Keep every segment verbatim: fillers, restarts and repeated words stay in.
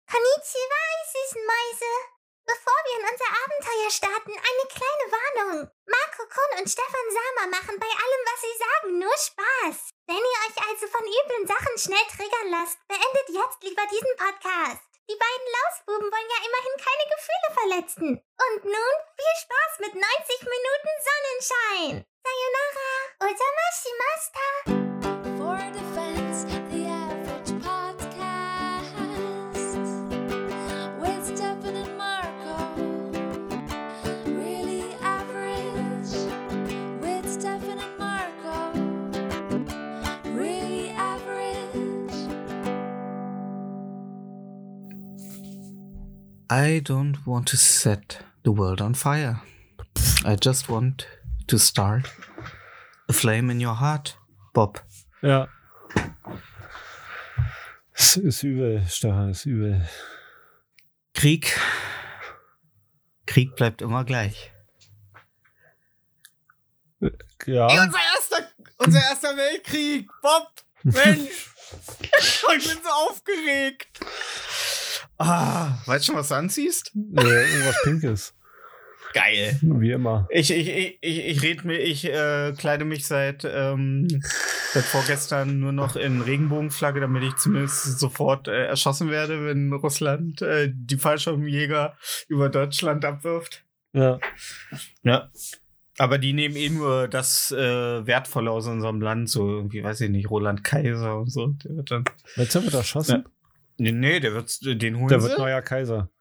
Konnichiwa, ihr süßen Mäuse. Bevor wir in unser Abenteuer starten, eine kleine Warnung. Marco Kun und Stefan Sama machen bei allem, was sie sagen, nur Spaß. Wenn ihr euch also von üblen Sachen schnell triggern lasst, beendet jetzt lieber diesen Podcast. Die beiden Lausbuben wollen ja immerhin keine Gefühle verletzen. Und nun viel Spaß mit neunzig Minuten Sonnenschein. Sayonara, ozamashimasu. For defense, the average podcast with Stefan and Marco. Really average with Stefan and Marco. Really average. I don't want to set the world on fire. I just want to start a flame in your heart, Bob. Ja. Es ist übel, Stefan, ist übel. Krieg. Krieg bleibt immer gleich. Ja. Ey, unser erster, unser erster Weltkrieg, Bob. Mensch. Ich bin so aufgeregt. Ah, weißt du schon, was du anziehst? Nee, irgendwas Pinkes. Geil. Wie immer. Ich, ich, ich, ich, ich red mir, ich äh, kleide mich seit, ähm, seit vorgestern nur noch in Regenbogenflagge, damit ich zumindest sofort äh, erschossen werde, wenn Russland äh, die Fallschirmjäger über Deutschland abwirft. Ja. Ja. Aber die nehmen eh nur das äh, Wertvolle aus unserem Land, so irgendwie, weiß ich nicht, Roland Kaiser und so. Der wird dann. Jetzt wird erschossen? Ja. Nee, nee, der wird, den holen Der sie. wird neuer Kaiser.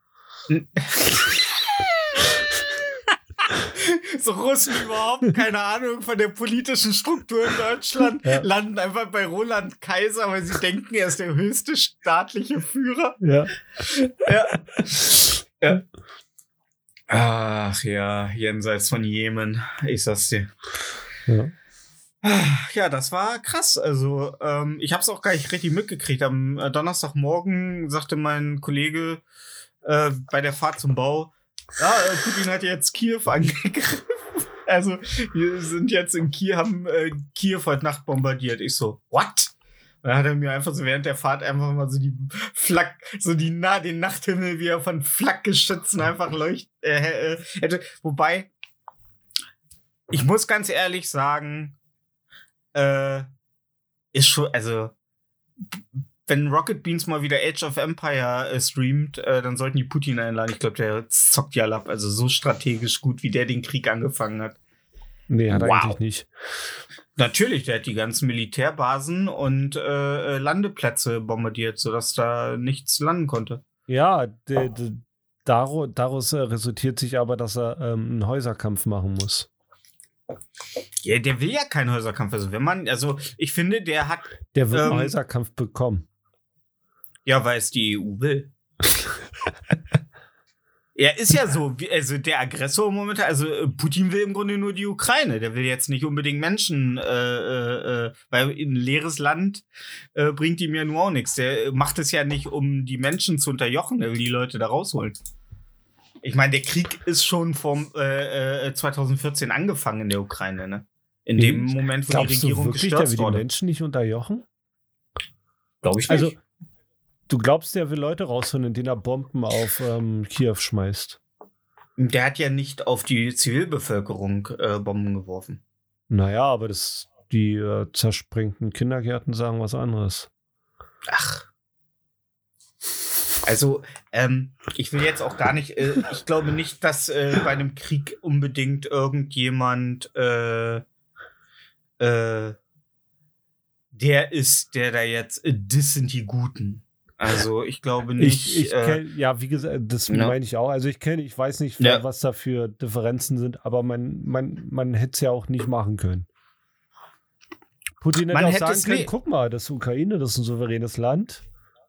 So Russen überhaupt keine Ahnung von der politischen Struktur in Deutschland, Ja. landen einfach bei Roland Kaiser, weil sie denken, er ist der höchste staatliche Führer. Ja. Ja. Ja. Ach ja, jenseits von Jemen, ich sag's dir. Ja. Ja, das war krass. Also, ähm, ich hab's auch gar nicht richtig mitgekriegt. Am äh, Donnerstagmorgen sagte mein Kollege äh, bei der Fahrt zum Bau, ja, äh, Putin hat jetzt Kiew angegriffen. Also, wir sind jetzt in Kiew, haben äh, Kiew heute Nacht bombardiert. Ich so, what? Und dann hat er mir einfach so während der Fahrt einfach mal so die Flak, so die Na den Nachthimmel, wie er von Flakgeschützen einfach leuchtet äh, äh, hätte. Wobei, ich muss ganz ehrlich sagen, äh, ist schon, also, wenn Rocket Beans mal wieder Age of Empire äh, streamt, äh, dann sollten die Putin einladen. Ich glaube, der zockt ja ab. Also so strategisch gut, wie der den Krieg angefangen hat. Nee, hat er Wow. eigentlich nicht. Natürlich, der hat die ganzen Militärbasen und äh, Landeplätze bombardiert, sodass da nichts landen konnte. Ja, de, de, daro, daraus äh, resultiert sich aber, dass er ähm, einen Häuserkampf machen muss. Ja, der will ja keinen Häuserkampf. Also wenn man, also ich finde, der hat, Der wird Ähm, einen Häuserkampf bekommen. ja, weil es die E U will. Er ist ja so, wie- also der Aggressor momentan, also äh, Putin will im Grunde nur die Ukraine. Der will jetzt nicht unbedingt Menschen, äh, äh, äh, weil ein leeres Land äh, bringt ihm ja nur auch nichts. Der macht es ja nicht, um die Menschen zu unterjochen, der will die Leute da rausholen. Ich meine, der Krieg ist schon vom äh, äh, zwanzig vierzehn angefangen in der Ukraine, ne? In dem Mhm. Moment, wo Glaubst die Regierung du wirklich, der gestürzt will die wurde. Menschen nicht unterjochen? Glaube ich nicht. Also, du glaubst, der will Leute rausholen, indem er Bomben auf ähm, Kiew schmeißt? Der hat ja nicht auf die Zivilbevölkerung äh, Bomben geworfen. Naja, aber das, die äh, zersprengten Kindergärten sagen was anderes. Ach. Also, ähm, ich will jetzt auch gar nicht, äh, ich glaube nicht, dass äh, bei einem Krieg unbedingt irgendjemand äh, äh, der ist, der da jetzt, äh, das sind die Guten. Also, ich glaube nicht. Ich, ich äh, kenn, ja, wie gesagt, das ja. meine ich auch. Also ich kenne, ich weiß nicht, Ja. was da für Differenzen sind, aber man, man, man hätte es ja auch nicht machen können. Putin hätte Man auch hätte sagen es können, nie- guck mal, das ist Ukraine, das ist ein souveränes Land.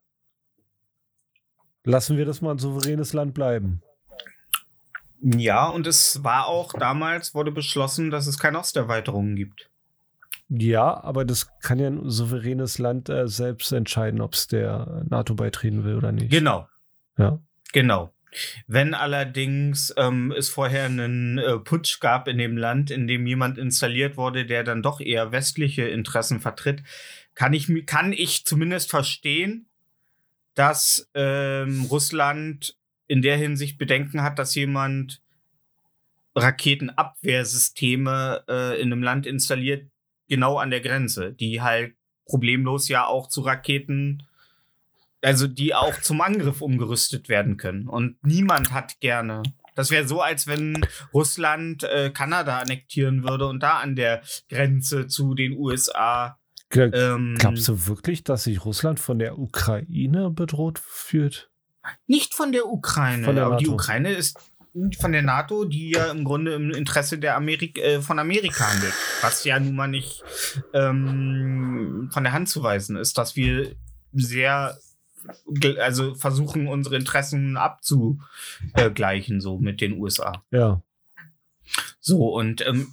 Lassen wir das mal ein souveränes Land bleiben. ja, und es war auch damals, wurde beschlossen, dass es keine Osterweiterungen gibt. Ja, aber das kann ja ein souveränes Land äh, selbst entscheiden, ob es der NATO beitreten will oder nicht. Genau. Ja. Genau. Wenn allerdings ähm, es vorher einen äh, Putsch gab in dem Land, in dem jemand installiert wurde, der dann doch eher westliche Interessen vertritt, kann ich, mi- kann ich zumindest verstehen, dass ähm, Russland in der Hinsicht Bedenken hat, dass jemand Raketenabwehrsysteme äh, in einem Land installiert, genau an der Grenze, die halt problemlos ja auch zu Raketen, also die auch zum Angriff umgerüstet werden können. Und niemand hat gerne. Das wäre so, als wenn Russland äh, Kanada annektieren würde und da an der Grenze zu den U S A. Glaub, Ähm, glaubst du wirklich, dass sich Russland von der Ukraine bedroht fühlt? Nicht von der Ukraine, Von der aber die NATO. Ukraine ist von der NATO, die ja im Grunde im Interesse der Amerik äh, von Amerika handelt. Was ja nun mal nicht ähm, von der Hand zu weisen ist, dass wir sehr, also versuchen, unsere Interessen abzugleichen, so mit den U S A. Ja. So, und ähm,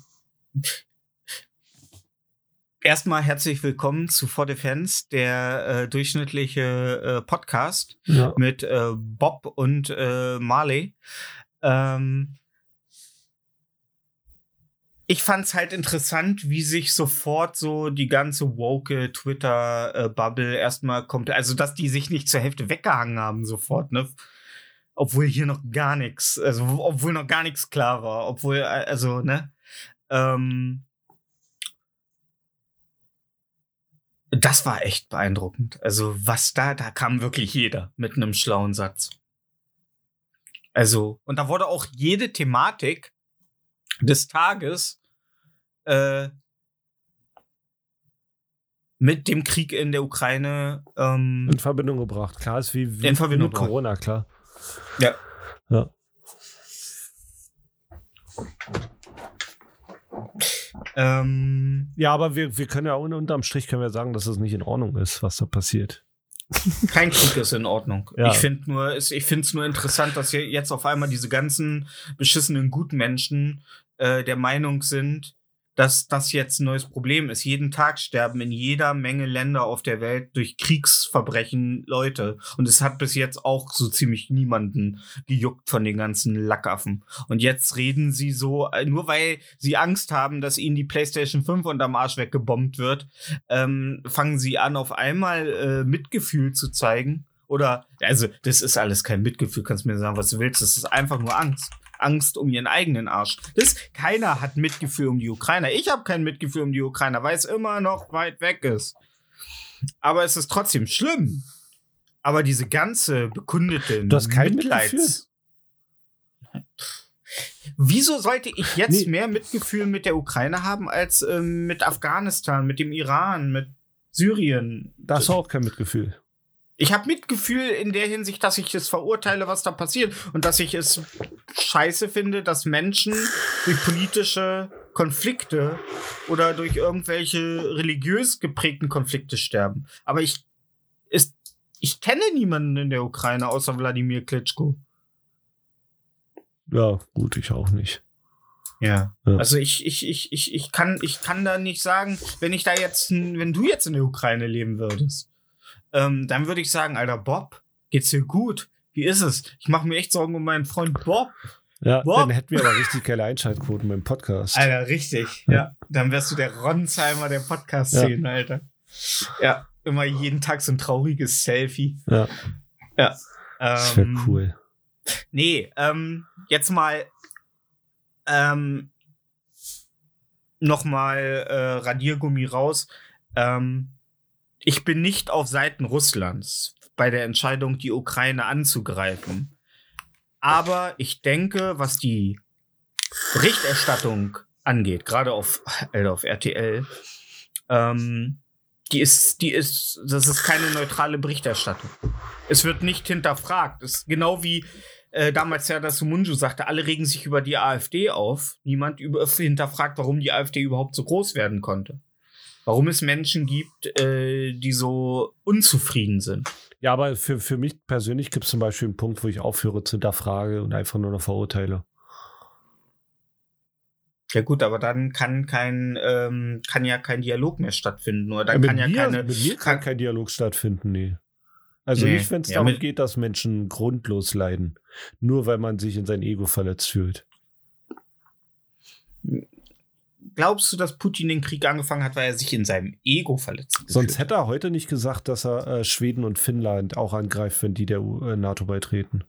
erstmal herzlich willkommen zu For the Fans, der äh, durchschnittliche äh, Podcast ja. mit äh, Bob und äh, Marley. Ähm, ich fand's halt interessant, wie sich sofort so die ganze woke Twitter-Bubble erstmal kommt. Also, dass die sich nicht zur Hälfte weggehangen haben sofort, ne? Obwohl hier noch gar nichts, also obwohl noch gar nichts klar war, obwohl, also, ne? Ähm, das war echt beeindruckend. Also, was da, da kam wirklich jeder mit einem schlauen Satz. Also, und da wurde auch jede Thematik des Tages äh, mit dem Krieg in der Ukraine ähm, in Verbindung gebracht. Klar ist wie, wie in Verbindung mit Corona, klar. Ja. Ja. Ähm, Ja, aber wir, wir können ja unterm Strich können wir sagen, dass es nicht in Ordnung ist, was da passiert. kein Krieg ist in Ordnung. Ja. Ich finde nur, es- ich finde es nur interessant, dass hier jetzt auf einmal diese ganzen beschissenen Gutmenschen äh, der Meinung sind, dass das jetzt ein neues Problem ist. Jeden Tag sterben in jeder Menge Länder auf der Welt durch Kriegsverbrechen Leute. Und es hat bis jetzt auch so ziemlich niemanden gejuckt von den ganzen Lackaffen. Und jetzt reden sie so, äh, nur weil sie Angst haben, dass ihnen die PlayStation fünf unterm Arsch weggebombt wird, ähm, fangen sie an, auf einmal äh, Mitgefühl zu zeigen. Oder, also, das ist alles kein Mitgefühl, kannst mir sagen, was du willst. Das ist einfach nur Angst. Angst um ihren eigenen Arsch. Das, keiner hat Mitgefühl um die Ukrainer. Ich habe kein Mitgefühl um die Ukrainer, weil es immer noch weit weg ist. Aber es ist trotzdem schlimm. Aber diese ganze bekundete Du hast kein Mitleids... Wieso sollte ich jetzt Nee. mehr Mitgefühl mit der Ukraine haben als ähm, mit Afghanistan, mit dem Iran, mit Syrien? Da hast du auch kein Mitgefühl. Ich habe Mitgefühl in der Hinsicht, dass ich es verurteile, was da passiert. Und dass ich es scheiße finde, dass Menschen durch politische Konflikte oder durch irgendwelche religiös geprägten Konflikte sterben. Aber ich, ist, ich kenne niemanden in der Ukraine außer Wladimir Klitschko. Ja, gut, ich auch nicht. Ja. Ja. Also ich, ich, ich, ich, ich, kann, ich kann da nicht sagen, wenn ich da jetzt, wenn du jetzt in der Ukraine leben würdest, ähm, dann würde ich sagen, Alter, Bob, geht's dir gut? Wie ist es? Ich mache mir echt Sorgen um meinen Freund Bob. Ja, Boah. dann hätten wir aber richtig geile Einschaltquoten beim Podcast. Alter, richtig. Ja. Dann wärst du der Ronsheimer der Podcast-Szene, Alter. Ja, immer jeden Tag so ein trauriges Selfie. Ja, Ja. das wäre Ähm, cool. Nee, ähm, jetzt mal ähm, nochmal äh, Radiergummi raus. Ähm, ich bin nicht auf Seiten Russlands bei der Entscheidung, die Ukraine anzugreifen. Aber ich denke, was die Berichterstattung angeht, gerade auf, Alter, auf R T L, ähm, die ist, die ist, das ist keine neutrale Berichterstattung. Es wird nicht hinterfragt. Es ist genau wie äh, damals Serdar Sumunju sagte, alle regen sich über die AfD auf. Niemand über, hinterfragt, warum die AfD überhaupt so groß werden konnte. Warum es Menschen gibt, äh, die so unzufrieden sind. Ja, aber für, für mich persönlich gibt es zum Beispiel einen Punkt, wo ich aufhöre zu hinterfrage und einfach nur noch verurteile. Ja gut, aber dann kann kein, ähm, kann ja kein Dialog mehr stattfinden. Oder dann Ja, mit, kann ja mir, keine. mit mir kann kann- kein Dialog stattfinden, nee. Also Nee. nicht, wenn es Ja, darum mit- geht, dass Menschen grundlos leiden. Nur weil man sich in sein Ego verletzt fühlt. glaubst du, dass Putin den Krieg angefangen hat, weil er sich in seinem Ego verletzt hat? Sonst hätte er heute nicht gesagt, dass er äh, Schweden und Finnland auch angreift, wenn die der äh, NATO beitreten.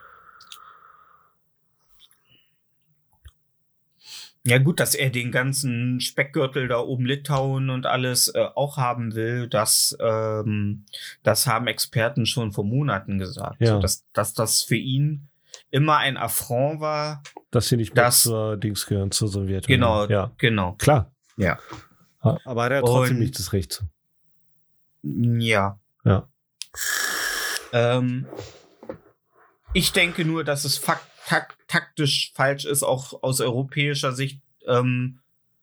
Ja gut, dass er den ganzen Speckgürtel da oben Litauen und alles äh, auch haben will, das, ähm, das haben Experten schon vor Monaten gesagt. Ja. So, dass, dass das für ihn immer ein Affront war. Dass sie nicht mehr Das- zur Dings gehören, zur Sowjetunion. Genau, Ja, genau. klar. Ja. Aber er hat trotzdem Und- nicht das Recht zu. Ja. Ja. Ähm, ich denke nur, dass es fakt tak taktisch falsch ist, auch aus europäischer Sicht, ähm,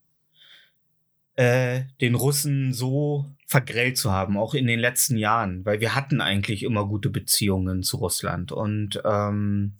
äh, den Russen so vergrellt zu haben, auch in den letzten Jahren, weil wir hatten eigentlich immer gute Beziehungen zu Russland. Und ähm,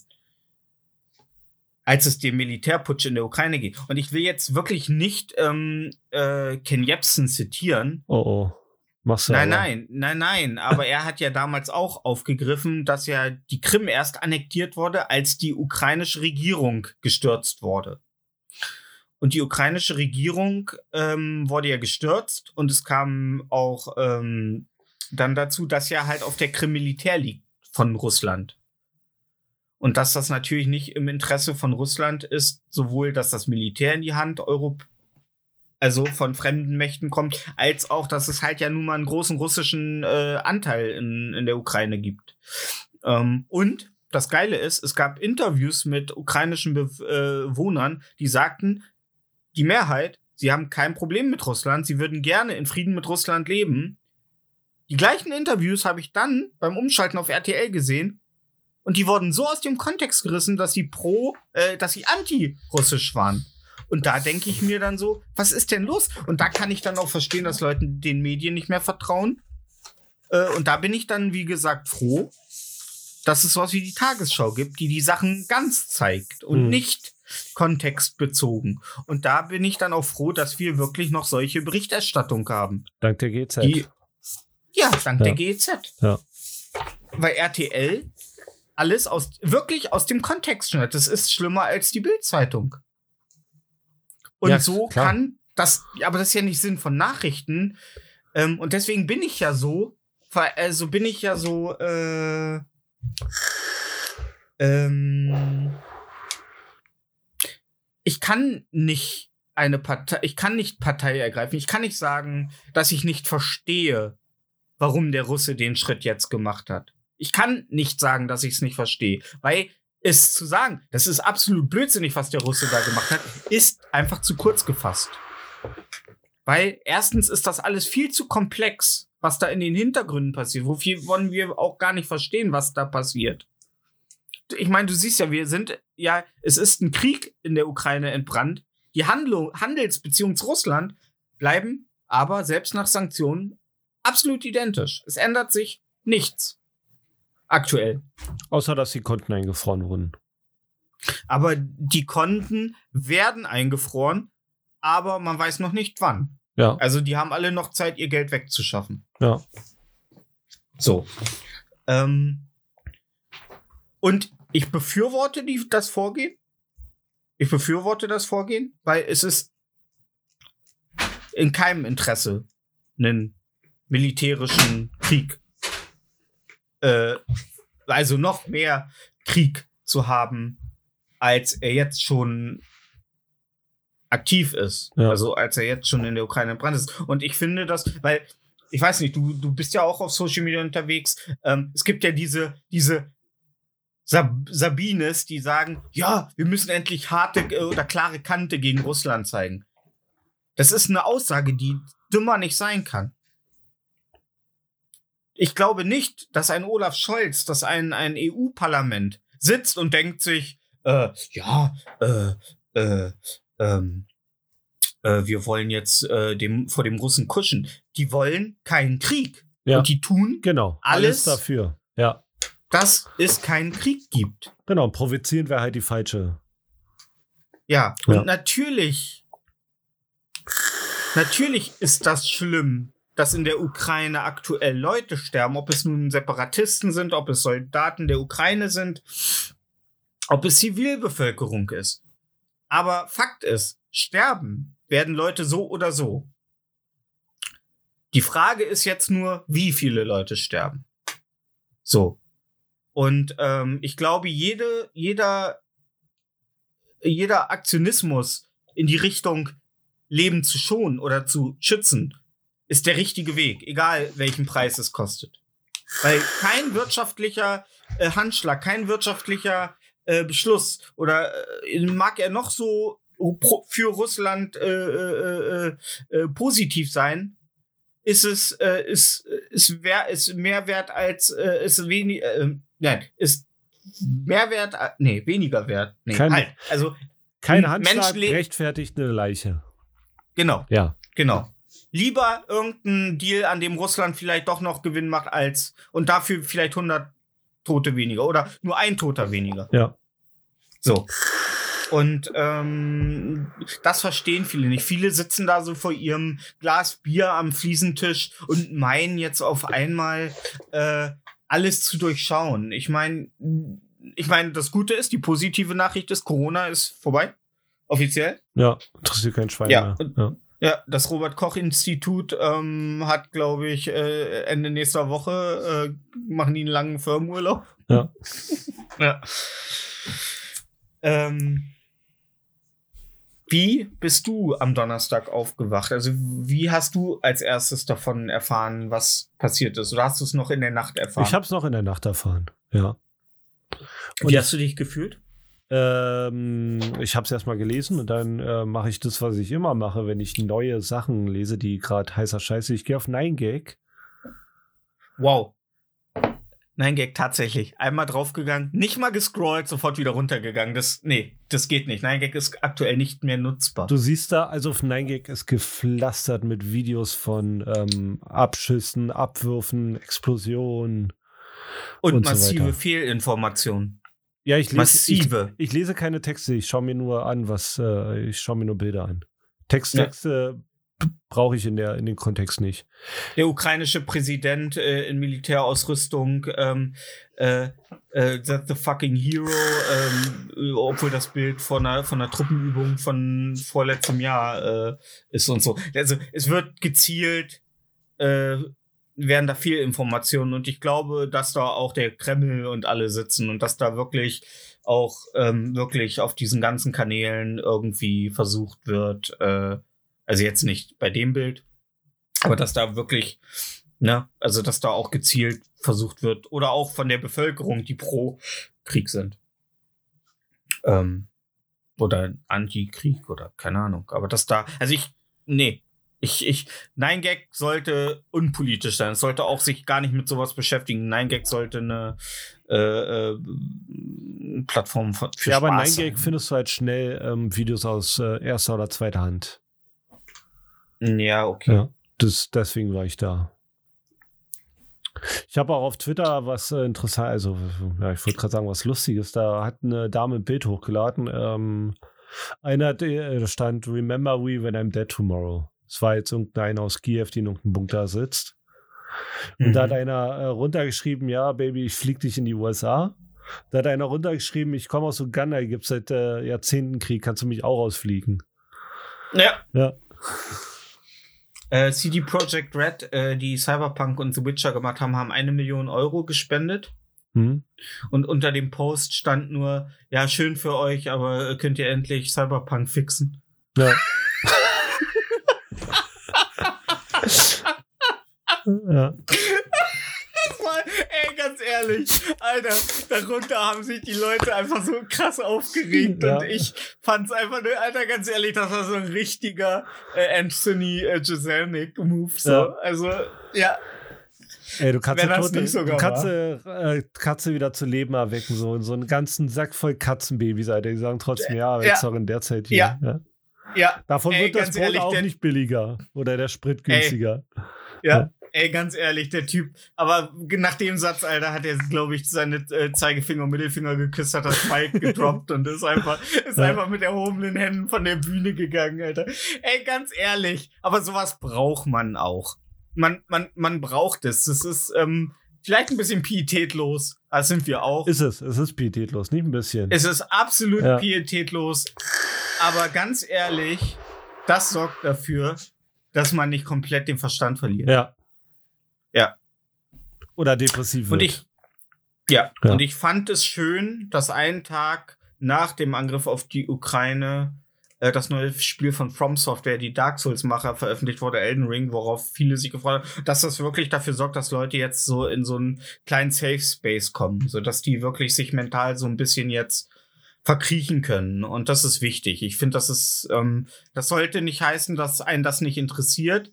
als es dem Militärputsch in der Ukraine geht, und ich will jetzt wirklich nicht ähm, äh, Ken Jebsen zitieren, Oh oh. Machst du Nein, aber. nein, nein, nein. Aber er hat ja damals auch aufgegriffen, dass ja die Krim erst annektiert wurde, als die ukrainische Regierung gestürzt wurde. Und die ukrainische Regierung ähm, wurde ja gestürzt und es kam auch ähm, dann dazu, dass ja halt auf der Krim Militär liegt von Russland. Und dass das natürlich nicht im Interesse von Russland ist, sowohl, dass das Militär in die Hand Europa also von fremden Mächten kommt, als auch, dass es halt ja nun mal einen großen russischen äh, Anteil in, in der Ukraine gibt. Ähm, und das Geile ist, es gab Interviews mit ukrainischen Bewohnern, die sagten, die Mehrheit, sie haben kein Problem mit Russland, sie würden gerne in Frieden mit Russland leben. Die gleichen Interviews habe ich dann beim Umschalten auf R T L gesehen und die wurden so aus dem Kontext gerissen, dass sie pro, äh, dass sie anti-russisch waren. Und da denke ich mir dann so, was ist denn los? Und da kann ich dann auch verstehen, dass Leute den Medien nicht mehr vertrauen. Äh, und da bin ich dann, wie gesagt, froh, dass es sowas wie die Tagesschau gibt, die die Sachen ganz zeigt und Mhm. nicht kontextbezogen. Und da bin ich dann auch froh, dass wir wirklich noch solche Berichterstattung haben. Dank der G Z. Die, ja, dank Ja. der G Z. Ja. Weil R T L alles aus, wirklich aus dem Kontext schneidet. Das ist schlimmer als die Bild-Zeitung. Und Ja, so klar. kann das, aber das ist ja nicht Sinn von Nachrichten. Ähm, und deswegen bin ich ja so, also bin ich ja so, äh, ähm, ich kann nicht eine Partei, ich kann nicht Partei ergreifen. Ich kann nicht sagen, dass ich nicht verstehe, warum der Russe den Schritt jetzt gemacht hat. Ich kann nicht sagen, dass ich es nicht verstehe, weil es zu sagen, das ist absolut blödsinnig, was der Russe da gemacht hat, ist einfach zu kurz gefasst. Weil erstens ist das alles viel zu komplex, was da in den Hintergründen passiert, wovon wir auch gar nicht verstehen, was da passiert. Ich meine, du siehst ja, wir sind, ja, es ist ein Krieg in der Ukraine entbrannt. Die Handlung, Handelsbeziehungen zu Russland bleiben aber selbst nach Sanktionen absolut identisch. Es ändert sich nichts. Aktuell. Außer, dass die Konten eingefroren wurden. Aber die Konten werden eingefroren, aber man weiß noch nicht wann. Ja, Also die haben alle noch Zeit, ihr Geld wegzuschaffen. ja. So. Ähm, und ich befürworte die, das Vorgehen. Ich befürworte das Vorgehen, weil es ist in keinem Interesse, einen militärischen Krieg, äh, also noch mehr Krieg zu haben, als er jetzt schon aktiv ist. Ja. Also als er jetzt schon in der Ukraine entbrannt ist. Und ich finde das, weil, ich weiß nicht, du, du bist ja auch auf Social Media unterwegs. Ähm, es gibt ja diese, diese Sab- Sabines, die sagen, ja, wir müssen endlich harte äh, oder klare Kante gegen Russland zeigen. Das ist eine Aussage, die dümmer nicht sein kann. Ich glaube nicht, dass ein Olaf Scholz, dass ein, ein E U-Parlament sitzt und denkt sich, äh, ja, äh, äh, ähm, äh, wir wollen jetzt äh, dem, vor dem Russen kuschen. Die wollen keinen Krieg. Ja. Und die tun, Genau. Alles- dafür. Ja. dass es keinen Krieg gibt. Genau. Provozieren wäre halt die falsche. Ja, und Ja. natürlich, natürlich ist das schlimm, dass in der Ukraine aktuell Leute sterben, ob es nun Separatisten sind, ob es Soldaten der Ukraine sind, ob es Zivilbevölkerung ist. Aber Fakt ist, sterben werden Leute so oder so. Die Frage ist jetzt nur, wie viele Leute sterben. So. Und ähm, ich glaube, jede, jeder, jeder Aktionismus in die Richtung Leben zu schonen oder zu schützen, ist der richtige Weg, egal welchen Preis es kostet. Weil kein wirtschaftlicher äh, Handschlag, kein wirtschaftlicher äh, Beschluss oder äh, mag er noch so pro, für Russland äh, äh, äh, positiv sein, ist es äh, ist ist wer ist mehr wert als äh, ist wenig äh, nein ist mehr wert äh, nee weniger wert nee Kein, halt also kein Handschlag Menschle- rechtfertigt eine Leiche. genau Ja. genau lieber irgendein Deal, an dem Russland vielleicht doch noch Gewinn macht als und dafür vielleicht hundert Tote weniger oder nur ein Toter weniger. Ja. So. Und ähm, das verstehen viele nicht. Viele sitzen da so vor ihrem Glas Bier am Fliesentisch und meinen jetzt auf einmal äh, alles zu durchschauen. Ich meine, ich meine, das Gute ist, die positive Nachricht ist, Corona ist vorbei. Offiziell. Ja, interessiert kein Schwein Ja. mehr. Ja. Ja, das Robert-Koch-Institut ähm, hat, glaube ich, äh, Ende nächster Woche äh, machen die einen langen Firmenurlaub. Ja. Ja. Ähm, wie bist du am Donnerstag aufgewacht? Also wie hast du als erstes davon erfahren, was passiert ist? Oder hast du es noch in der Nacht erfahren? Ich habe es noch in der Nacht erfahren. Ja. Wie hast du dich gefühlt? Ähm, ich habe es erstmal gelesen und dann äh, mache ich das, was ich immer mache, wenn ich neue Sachen lese, die gerade heißer Scheiße. Ich gehe auf neun gag. Wow. neun gag tatsächlich. Einmal draufgegangen, nicht mal gescrollt, sofort wieder runtergegangen. Das, nee, das geht nicht. neun gag ist aktuell nicht mehr nutzbar. Du siehst da, also auf neun gag ist gepflastert mit Videos von ähm, Abschüssen, Abwürfen, Explosionen. Und, und so massive weiter. Fehlinformationen. Ja, ich lese, Massive. Ich, ich lese keine Texte, ich schaue mir nur an, was, äh, ich schaue mir nur Bilder an. Text, Ja. Texte brauche ich in, der, in den Kontext nicht. Der ukrainische Präsident äh, in Militärausrüstung, ähm, äh, äh, that's the fucking hero, ähm, äh, obwohl das Bild von einer, von einer Truppenübung von vorletztem Jahr äh, ist und so. Also es wird gezielt, äh, werden da viel Informationen und ich glaube, dass da auch der Kreml und alle sitzen und dass da wirklich auch ähm, wirklich auf diesen ganzen Kanälen irgendwie versucht wird, äh, also jetzt nicht bei dem Bild, aber dass da wirklich, ne, also dass da auch gezielt versucht wird oder auch von der Bevölkerung, die pro Krieg sind. Ähm, oder Anti-Krieg oder keine Ahnung, aber dass da, also ich, nee, Ich, ich, neun gag sollte unpolitisch sein. Es sollte auch sich gar nicht mit sowas beschäftigen. neun gag sollte eine äh, äh, Plattform für Spaß Ja, aber neun sein. gag findest du halt schnell ähm, Videos aus äh, erster oder zweiter Hand. Ja, okay. Ja, das, deswegen war ich da. Ich habe auch auf Twitter was äh, interessant, also ja, ich wollte gerade sagen, was Lustiges. Da hat eine Dame ein Bild hochgeladen. Ähm, einer hat, äh, da stand, Remember me when I'm dead tomorrow. Es war jetzt irgendeiner aus Kiew, die in irgendeinem Bunker sitzt. Und Mhm. da hat einer äh, runtergeschrieben, ja, Baby, ich flieg dich in die U S A. Da hat einer runtergeschrieben, ich komme aus Uganda, gibt es seit äh, Jahrzehnten Krieg, kannst du mich auch ausfliegen. Ja. Ja. Äh, C D Projekt Red, äh, die Cyberpunk und The Witcher gemacht haben, haben eine Million Euro gespendet. Hm? Und unter dem Post stand nur, ja, schön für euch, aber könnt ihr endlich Cyberpunk fixen? Ja. Ja. Ey, ganz ehrlich, Alter, darunter haben sich die Leute einfach so krass aufgeregt Ja. und ich fand's einfach nur, Alter, ganz ehrlich, das war so ein richtiger äh, Anthony äh, Jeselnik-Move, so. Ja. Also, ja. Ey, du kannst Wenn ja das Tote, nicht sogar du kannst äh, Katze wieder zu Leben erwecken, so, so einen ganzen Sack voll Katzenbabys, Alter. Die sagen trotzdem, ja, aber Ja. jetzt auch in der Zeit hier. Ja. Ja. Ja, Davon Ey, wird das ganz Brot ehrlich, auch der- nicht billiger. Oder der Sprit günstiger. ja. Ey, ganz ehrlich, der Typ, aber nach dem Satz, Alter, hat er, glaube ich, seine äh, Zeigefinger und Mittelfinger geküsst, hat das Spike gedroppt und ist einfach, ist Ja. einfach mit erhobenen Händen von der Bühne gegangen, Alter. Ey, ganz ehrlich, aber sowas braucht man auch. Man, man, man braucht es. Das ist ähm, vielleicht ein bisschen pietätlos, das sind wir auch. Ist es, es ist pietätlos, nicht ein bisschen. Es ist absolut Ja. pietätlos. aber ganz ehrlich, das sorgt dafür, dass man nicht komplett den Verstand verliert. Ja. Ja. Oder depressiv wird. Und ich, ja. Ja. Und ich fand es schön, dass einen Tag nach dem Angriff auf die Ukraine äh, das neue Spiel von From Software, die Dark Souls-Macher, veröffentlicht wurde, Elden Ring, worauf viele sich gefreut haben, dass das wirklich dafür sorgt, dass Leute jetzt so in so einen kleinen Safe Space kommen, sodass die wirklich sich mental so ein bisschen jetzt verkriechen können. Und das ist wichtig. Ich finde, das ist, ähm, das sollte nicht heißen, dass einen das nicht interessiert.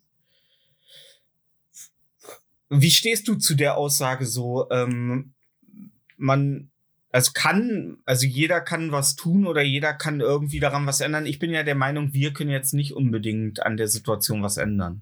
Wie stehst du zu der Aussage so, ähm, man, also kann, also jeder kann was tun oder jeder kann irgendwie daran was ändern? Ich bin ja der Meinung, wir können jetzt nicht unbedingt an der Situation was ändern.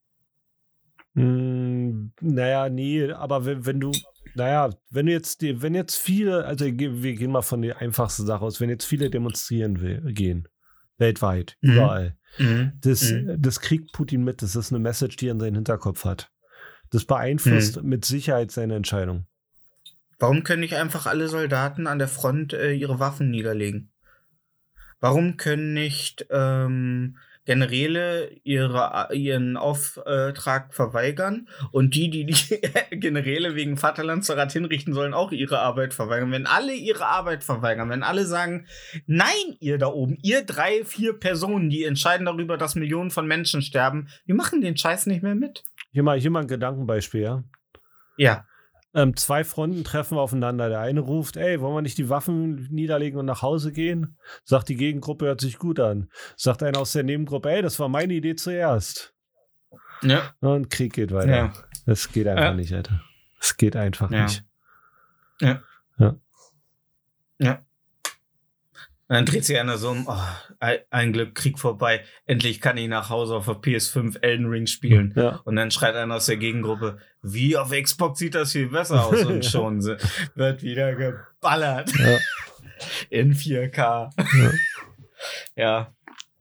Mm, naja, nee, aber wenn, wenn du, naja, wenn du jetzt, die, wenn jetzt viele, also wir gehen mal von der einfachsten Sache aus, wenn jetzt viele demonstrieren will, gehen, weltweit, Mhm. überall, Mhm. das, Mhm. das kriegt Putin mit, das ist eine Message, die er in seinen Hinterkopf hat. Das beeinflusst mit Sicherheit seine Entscheidung. Warum können nicht einfach alle Soldaten an der Front äh, ihre Waffen niederlegen? Warum können nicht ähm, Generäle ihre, ihren Auftrag verweigern und die, die die Generäle wegen Vaterlandsverrat hinrichten sollen, auch ihre Arbeit verweigern? Wenn alle ihre Arbeit verweigern, wenn alle sagen, nein, ihr da oben, ihr drei, vier Personen, die entscheiden darüber, dass Millionen von Menschen sterben, wir machen den Scheiß nicht mehr mit. Hier mal, hier mal ein Gedankenbeispiel, ja. Ja. Ähm, zwei Fronten treffen aufeinander. Der eine ruft, ey, wollen wir nicht die Waffen niederlegen und nach Hause gehen? Sagt die Gegengruppe, hört sich gut an. Sagt einer aus der Nebengruppe, ey, das war meine Idee zuerst. Ja. Und Krieg geht weiter. Ja. Das geht einfach Ja. nicht, Alter. Das geht einfach Ja. nicht. Ja. Ja. Ja. Und dann dreht sich einer so um, oh, ein, ein Glück, Krieg vorbei. Endlich kann ich nach Hause auf der P S fünf Elden Ring spielen. Ja. Und dann schreit einer aus der Gegengruppe, wie auf Xbox sieht das viel besser aus. Und schon se- wird wieder geballert. Ja. In vier K. Ja. Ja.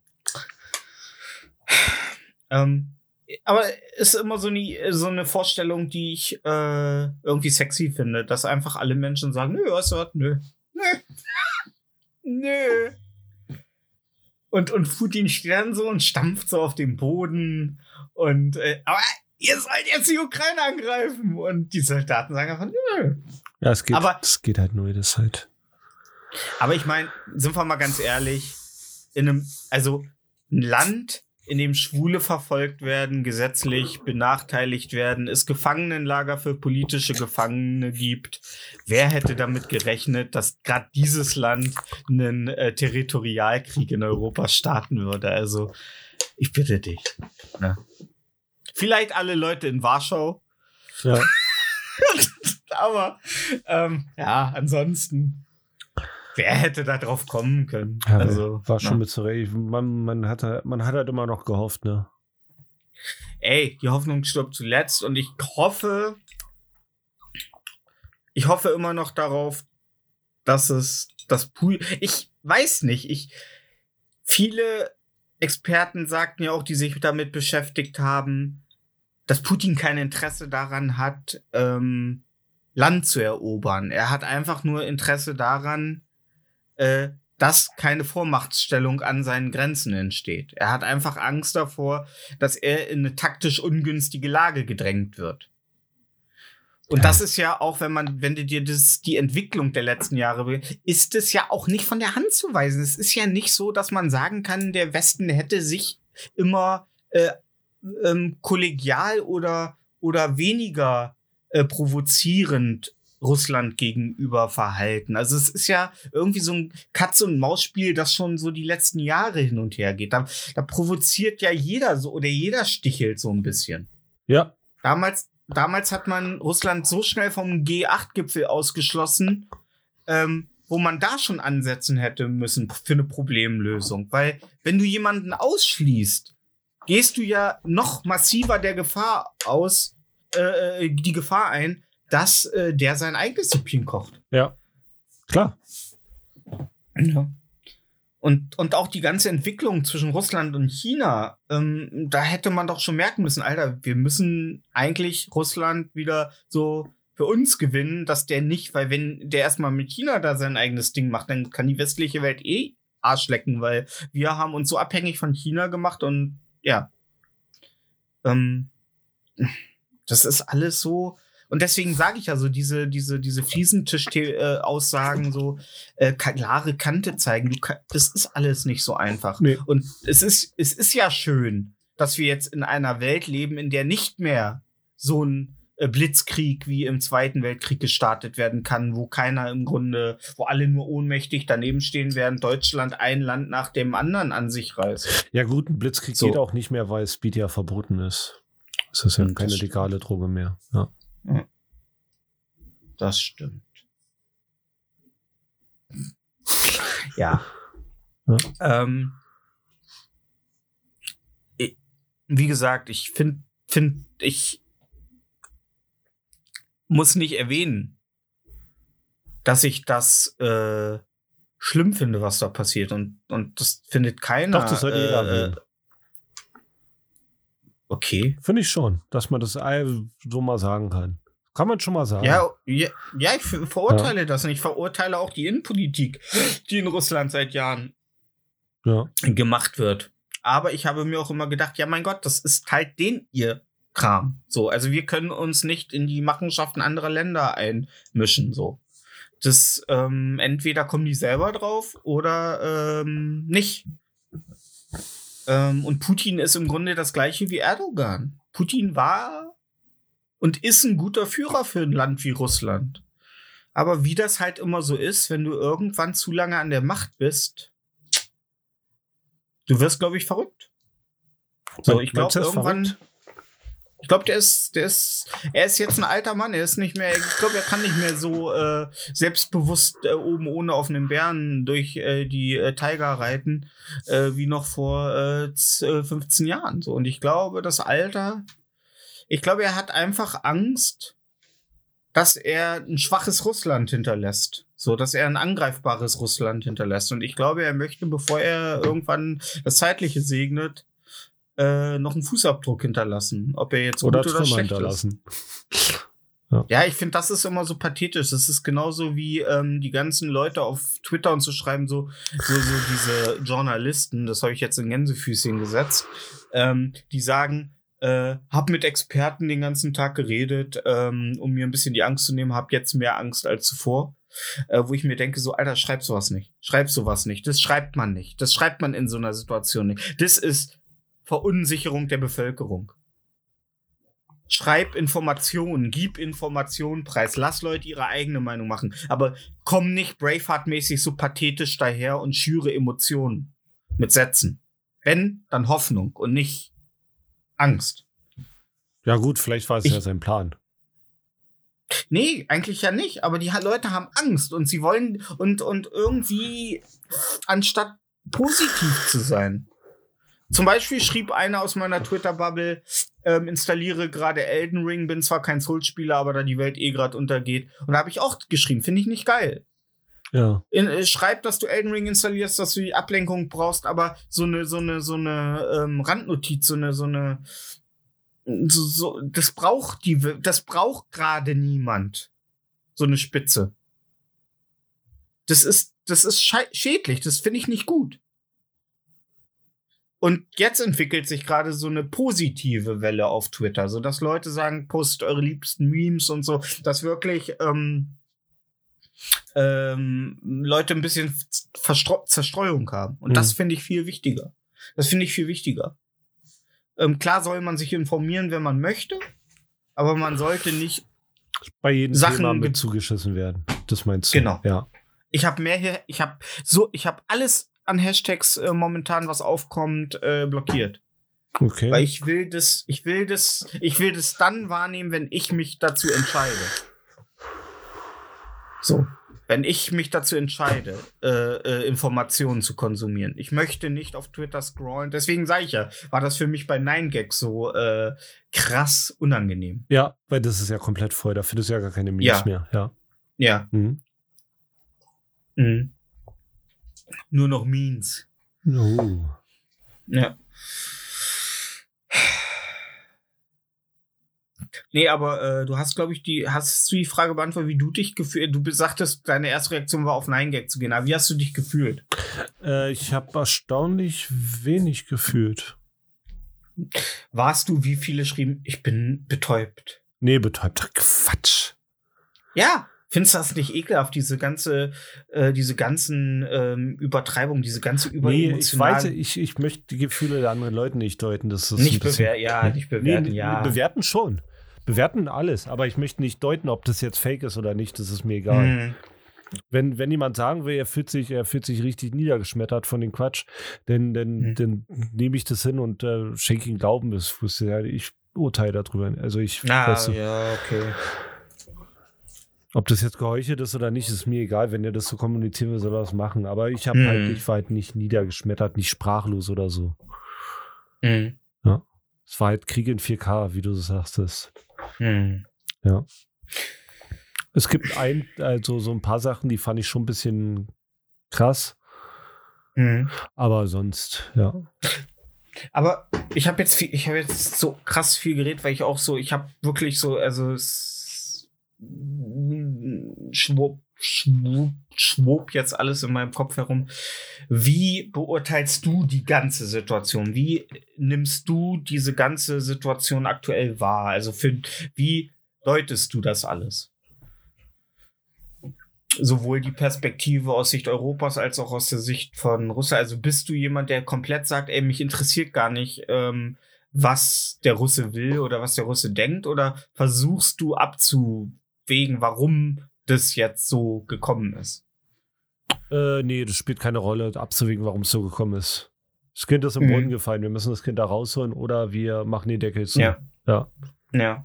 Ähm, aber ist immer so eine, so eine Vorstellung, die ich äh, irgendwie sexy finde, dass einfach alle Menschen sagen, nö, was wird, nö, nö, nö. Und, und Putin steht dann so und stampft so auf den Boden und, äh, aber ihr sollt jetzt die Ukraine angreifen. Und die Soldaten sagen einfach, nö. Ja, es geht, Aber- es geht halt nur, das halt. Aber ich meine, sind wir mal ganz ehrlich, in einem, also ein Land, in dem Schwule verfolgt werden, gesetzlich benachteiligt werden, es Gefangenenlager für politische Gefangene gibt. Wer hätte damit gerechnet, dass gerade dieses Land einen äh, Territorialkrieg in Europa starten würde? Also, ich bitte dich. Ne? Vielleicht alle Leute in Warschau, Ja. aber ähm, ja, ansonsten, wer hätte da drauf kommen können? Ja, also, war schon ne? mit zurecht. Man, man, hat, halt- man hat halt immer noch gehofft, ne? Ey, die Hoffnung stirbt zuletzt und ich hoffe, ich hoffe immer noch darauf, dass es das Pool. Ich weiß nicht, ich viele Experten sagten ja auch, die sich damit beschäftigt haben, dass Putin kein Interesse daran hat, ähm, Land zu erobern. Er hat einfach nur Interesse daran, äh, dass keine Vormachtstellung an seinen Grenzen entsteht. Er hat einfach Angst davor, dass er in eine taktisch ungünstige Lage gedrängt wird. Und Ja. das ist ja auch, wenn man, wenn du dir das, die Entwicklung der letzten Jahre, be- ist es ja auch nicht von der Hand zu weisen. Es ist ja nicht so, dass man sagen kann, der Westen hätte sich immer äh, ähm, kollegial oder, oder weniger äh, provozierend Russland gegenüber verhalten. Also es ist ja irgendwie so ein Katz-und-Maus-Spiel, das schon so die letzten Jahre hin und her geht. Da, da provoziert ja jeder so oder jeder stichelt so ein bisschen. Ja. Damals, damals hat man Russland so schnell vom G acht Gipfel ausgeschlossen, ähm, wo man da schon ansetzen hätte müssen für eine Problemlösung. Weil wenn du jemanden ausschließt, gehst du ja noch massiver der Gefahr aus, äh, die Gefahr ein, dass äh, der sein eigenes Süppchen kocht. Ja. Klar. Ja. Und, und auch die ganze Entwicklung zwischen Russland und China, ähm, da hätte man doch schon merken müssen, Alter, wir müssen eigentlich Russland wieder so für uns gewinnen, dass der nicht, weil wenn der erstmal mit China da sein eigenes Ding macht, dann kann die westliche Welt eh Arsch lecken, weil wir haben uns so abhängig von China gemacht und ja. Ähm, das ist alles so. Und deswegen sage ich ja so, diese, diese, diese Fliesentisch-Aussagen, so äh, klare Kante zeigen, du kann, das ist alles nicht so einfach. Nee. Und es ist, es ist ja schön, dass wir jetzt in einer Welt leben, in der nicht mehr so ein äh, Blitzkrieg wie im Zweiten Weltkrieg gestartet werden kann, wo keiner im Grunde, wo alle nur ohnmächtig daneben stehen, während Deutschland ein Land nach dem anderen an sich reißt. Ja gut, ein Blitzkrieg So. geht auch nicht mehr, weil Speed ja verboten ist. Es ist ja Hm, das keine stimmt. legale Droge mehr. Ja. Das stimmt. Ja. Ja. Ähm, ich, wie gesagt, ich finde, find, ich muss nicht erwähnen, dass ich das äh, schlimm finde, was da passiert. Und, und das findet keiner. Doch, das sollte jeder erwähnen. Okay. Finde ich schon, dass man das so mal sagen kann. Kann man schon mal sagen. Ja, ja, ja, ich ver- verurteile das nicht. Ich verurteile auch die Innenpolitik, die in Russland seit Jahren Ja. gemacht wird. Aber ich habe mir auch immer gedacht, ja, mein Gott, das ist halt den ihr Kram. So, also wir können uns nicht in die Machenschaften anderer Länder einmischen. So, das ähm, entweder kommen die selber drauf oder ähm, nicht. Ähm, und Putin ist im Grunde das gleiche wie Erdogan. Putin war und ist ein guter Führer für ein Land wie Russland. Aber wie das halt immer so ist, wenn du irgendwann zu lange an der Macht bist, du wirst, glaube ich, verrückt. So, ich glaube, Meinst du, er ist irgendwann. verrückt? Ich glaube, der ist, der ist, er ist jetzt ein alter Mann. Er ist nicht mehr, ich glaube, er kann nicht mehr so äh, selbstbewusst äh, oben ohne auf einem Bären durch äh, die äh, Tiger reiten, äh, wie noch vor äh, z- fünfzehn Jahren. So. Und ich glaube, das Alter, ich glaube, er hat einfach Angst, dass er ein schwaches Russland hinterlässt. So, dass er ein angreifbares Russland hinterlässt. Und ich glaube, er möchte, bevor er irgendwann das Zeitliche segnet, äh, noch einen Fußabdruck hinterlassen. Ob er jetzt Oder gut oder Trümmer schlecht ist. hinterlassen. Ja, ich finde, das ist immer so pathetisch. Das ist genauso wie ähm, die ganzen Leute auf Twitter und so schreiben, so, so, so diese Journalisten, das habe ich jetzt in Gänsefüßchen gesetzt, ähm, die sagen, äh, hab mit Experten den ganzen Tag geredet, ähm, um mir ein bisschen die Angst zu nehmen, hab jetzt mehr Angst als zuvor. Äh, wo ich mir denke, so, Alter, schreib sowas nicht. Schreib sowas nicht. Das schreibt man nicht. Das schreibt man in so einer Situation nicht. Das ist Verunsicherung der Bevölkerung. Schreib Informationen, gib Informationen preis, lass Leute ihre eigene Meinung machen, aber komm nicht Braveheart-mäßig so pathetisch daher und schüre Emotionen mit Sätzen. Wenn, dann Hoffnung und nicht Angst. Ja gut, vielleicht war es Ich- ja sein Plan. Nee, eigentlich ja nicht, aber die ha- Leute haben Angst und sie wollen und, und irgendwie, anstatt positiv zu sein. Zum Beispiel schrieb einer aus meiner Twitter-Bubble, ähm, installiere gerade Elden Ring, bin zwar kein Souls-Spieler, aber da die Welt eh gerade untergeht. Und da habe ich auch geschrieben, finde ich nicht geil. Ja. In, äh, schreib, dass du Elden Ring installierst, dass du die Ablenkung brauchst, aber so eine, so eine, so eine ähm, Randnotiz, so eine, so eine, so, so, das braucht die, das braucht gerade niemand. So eine Spitze. Das ist, das ist schei- schädlich, das finde ich nicht gut. Und jetzt entwickelt sich gerade so eine positive Welle auf Twitter, so dass Leute sagen, postet eure liebsten Memes und so, dass wirklich ähm, ähm, Leute ein bisschen Verstro- Zerstreuung haben. Und Mhm. das finde ich viel wichtiger. Das finde ich viel wichtiger. Ähm, klar soll man sich informieren, wenn man möchte, aber man sollte nicht. Bei jedem Sachen Thema mit ge- zugeschissen werden. Das meinst du? Genau. Ja. Ich habe mehr hier, ich habe so, ich habe alles an Hashtags äh, momentan, was aufkommt, äh, blockiert. Okay. Weil ich will das, ich will das, ich will das dann wahrnehmen, wenn ich mich dazu entscheide. So, wenn ich mich dazu entscheide, äh, äh, Informationen zu konsumieren. Ich möchte nicht auf Twitter scrollen. Deswegen sage ich ja, war das für mich bei neun gag so äh, krass unangenehm. Ja, weil das ist ja komplett voll. Da findest du ja gar keine Memes Ja. mehr. Ja. Ja. Mhm. Mhm. Nur noch Memes. Oh. Ja. Nee, aber äh, du hast, glaube ich, die, hast du die Frage beantwortet, wie du dich gefühlt, du sagtest, deine erste Reaktion war auf neun gag zu gehen, aber wie hast du dich gefühlt? Äh, ich habe erstaunlich wenig gefühlt. Warst du, wie viele schrieben, ich bin betäubt? Nee, betäubt. Quatsch. Ja, findest du das nicht ekelhaft, diese ganze, äh, diese ganzen ähm, Übertreibungen, diese ganze Nee, ich überemotionalen... weiß, ich, ich möchte die Gefühle der anderen Leute nicht deuten. Das ist Nicht ein bisschen- bewerten, ja, nicht bewerten, nee, ja. Bewerten schon. Bewerten alles, aber ich möchte nicht deuten, ob das jetzt fake ist oder nicht. Das ist mir egal. Hm. Wenn, wenn jemand sagen will, er fühlt sich, er fühlt sich richtig niedergeschmettert von dem Quatsch, dann, dann, Mhm. dann nehme ich das hin und äh, schenke ihm Glauben. Das, ja, ich urteile darüber. Also ich, Ah, weißt du, ja, okay. ob das jetzt geheuchelt ist oder nicht, ist mir egal. Wenn er das so kommunizieren will, soll er das machen. Aber ich habe Mhm. halt, ich war halt nicht niedergeschmettert, nicht sprachlos oder so. Hm. Es war halt Krieg in vier K, wie du sagtest. Hm. Ja. Es gibt ein, also so ein paar Sachen, die fand ich schon ein bisschen krass, Hm. aber sonst, ja. Aber ich habe jetzt viel, ich habe jetzt so krass viel geredet, weil ich auch so, ich habe wirklich so, also es schwupp, schwupp, schwupp jetzt alles in meinem Kopf herum. Wie beurteilst du die ganze Situation? Wie nimmst du diese ganze Situation aktuell wahr? Also für, wie deutest du das alles? Sowohl die Perspektive aus Sicht Europas als auch aus der Sicht von Russland. Also bist du jemand, der komplett sagt, ey, mich interessiert gar nicht, ähm, was der Russe will oder was der Russe denkt? Oder versuchst du abzuwägen, warum das jetzt so gekommen ist? Äh, nee, das spielt keine Rolle, abzuwägen, warum es so gekommen ist. Das Kind ist im Mhm. Boden gefallen, wir müssen das Kind da rausholen oder wir machen den Deckel zu. Ja. Ja. Ja.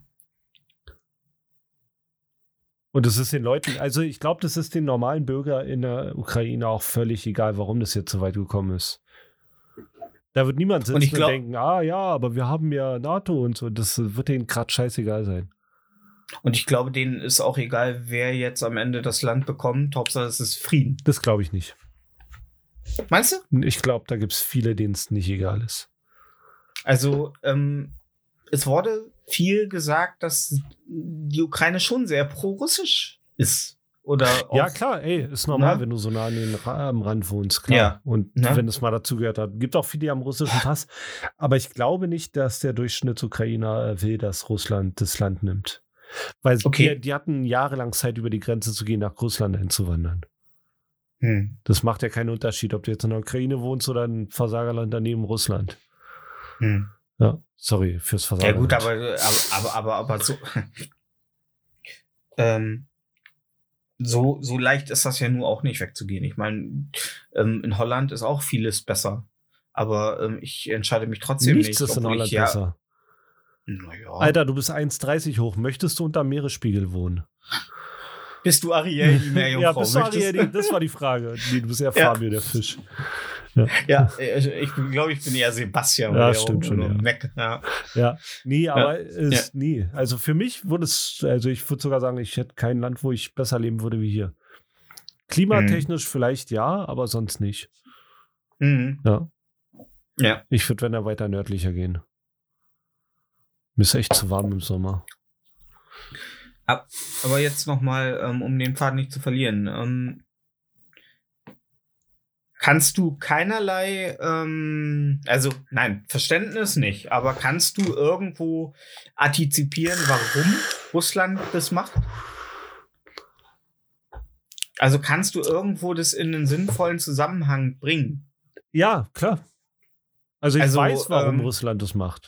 Und es ist den Leuten, also ich glaube, das ist den normalen Bürger in der Ukraine auch völlig egal, warum das jetzt so weit gekommen ist. Da wird niemand sitzen Und und, ich glaub- denken, ah ja, aber wir haben ja NATO und so. Das wird denen gerade scheißegal sein. Und ich glaube, denen ist auch egal, wer jetzt am Ende das Land bekommt. Hauptsache, es ist Frieden. Das glaube ich nicht. Meinst du? Ich glaube, da gibt es viele, denen es nicht egal ist. Also, ähm, es wurde viel gesagt, dass die Ukraine schon sehr pro-russisch ist. Oder auch, Ja, klar, ey, ist normal, Na? wenn du so nah an den Ra am Rand wohnst, klar. Ja. Und Na? wenn es mal dazugehört hat. Gibt auch viele, die haben russischen Pass. Aber ich glaube nicht, dass der Durchschnittsukrainer äh, will, dass Russland das Land nimmt. Weil Okay. die, die hatten jahrelang Zeit, über die Grenze zu gehen, nach Russland einzuwandern. Hm. Das macht ja keinen Unterschied, ob du jetzt in der Ukraine wohnst oder ein Versagerland daneben Russland. Hm. Ja, sorry fürs Ja Versagerland. gut, aber, aber, aber, aber, aber so, ähm, so, so leicht ist das ja nur auch nicht wegzugehen. Ich meine, ähm, in Holland ist auch vieles besser. Aber ähm, ich entscheide mich trotzdem Nichts nicht. ist in obwohl Holland ich, ja, besser. Naja. Alter, du bist eins Komma dreißig hoch. Möchtest du unter Meeresspiegel wohnen? Bist du Ariel, die Meerjungfrau? Ja, bist du Möchtest- Ariel, die- das war die Frage. Nee, du bist ja Ja. Fabio, der Fisch. Ja, also ich glaube, ich bin eher Sebastian. Ja, weil der stimmt auch schon, nur ja. Mac, ja. Ja, nie, aber ist Ja. nie. Also für mich würde es, also ich würde sogar sagen, ich hätte kein Land, wo ich besser leben würde wie hier. Klimatechnisch vielleicht ja, aber sonst nicht. Mhm. Ja. Ja. Ich würde, wenn er weiter nördlicher gehen. Mir ist echt zu warm im Sommer. Aber jetzt nochmal, ähm, um den Pfad nicht zu verlieren. Ähm, kannst du keinerlei, ähm, also nein, Verständnis nicht, aber kannst du irgendwo antizipieren, warum Russland das macht? Also kannst du irgendwo das in einen sinnvollen Zusammenhang bringen? Ja, klar. Also ich Also, weiß, warum ähm, Russland das macht.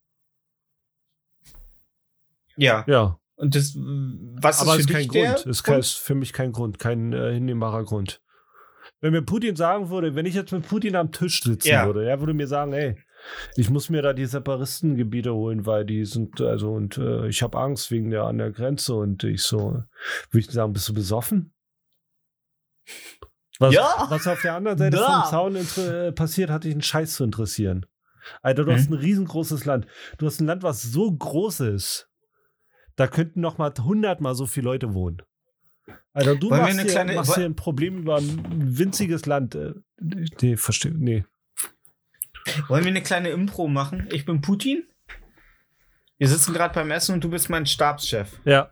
Ja. Ja, Und das, was aber ist es für ist dich kein der Grund. Es ist kein- ist für mich kein Grund, kein äh, hinnehmbarer Grund. Wenn mir Putin sagen würde, wenn ich jetzt mit Putin am Tisch sitzen Ja. würde, er würde mir sagen, ey, ich muss mir da die Separatistengebiete holen, weil die sind, also, und äh, ich habe Angst wegen der an der Grenze und ich so, würde ich sagen, bist du besoffen? Was, Ja. was auf der anderen Seite Ja. vom Zaun inter- äh, passiert, hat dich einen Scheiß zu interessieren. Alter, du Mhm. hast ein riesengroßes Land. Du hast ein Land, was so groß ist, da könnten noch mal hundertmal so viele Leute wohnen. Alter, du Wollen wir machst, eine hier, kleine- machst woll- hier ein Problem über ein winziges Land. Äh, Nee, verstehe, nee. Wollen wir eine kleine Impro machen? Ich bin Putin. Wir sitzen gerade beim Essen und du bist mein Stabschef. Ja.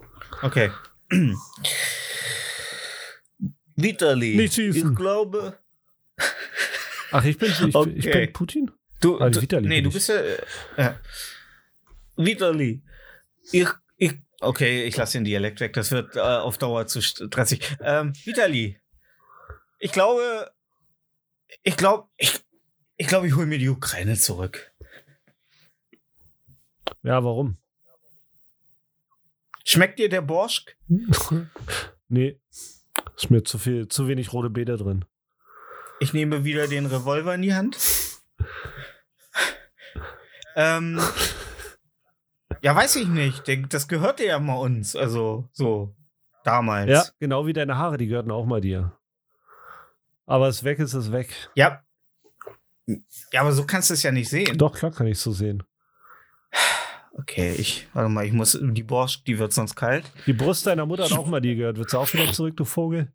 Okay. Vitali, Nicht schießen. ich glaube, Ach, ich bin, ich, Okay. ich bin Putin? Du, Ah, du Vitali nee, bin du ich. bist ja. Äh, ja. Vitali. Ich, ich, okay, ich lasse den Dialekt weg. Das wird äh, auf Dauer zu stressig. Ähm, Vitali. Ich glaube, ich glaube, ich, ich glaube, ich hole mir die Ukraine zurück. Ja, warum? Schmeckt dir der Borscht? Nee. Ist mir zu viel, zu wenig rote Beete drin. Ich nehme wieder den Revolver in die Hand. ähm, ja, weiß ich nicht. Der- Das gehörte ja mal uns. Also, so, damals. Ja, genau wie deine Haare, die gehörten auch mal dir. Aber es weg ist es weg. Ja. Ja, aber so kannst du es ja nicht sehen. Doch, klar kann ich so sehen. Okay, ich, warte mal, ich muss, die Borscht, die wird sonst kalt. Die Brust deiner Mutter hat auch mal dir gehört. Willst du auch wieder zurück, du Vogel?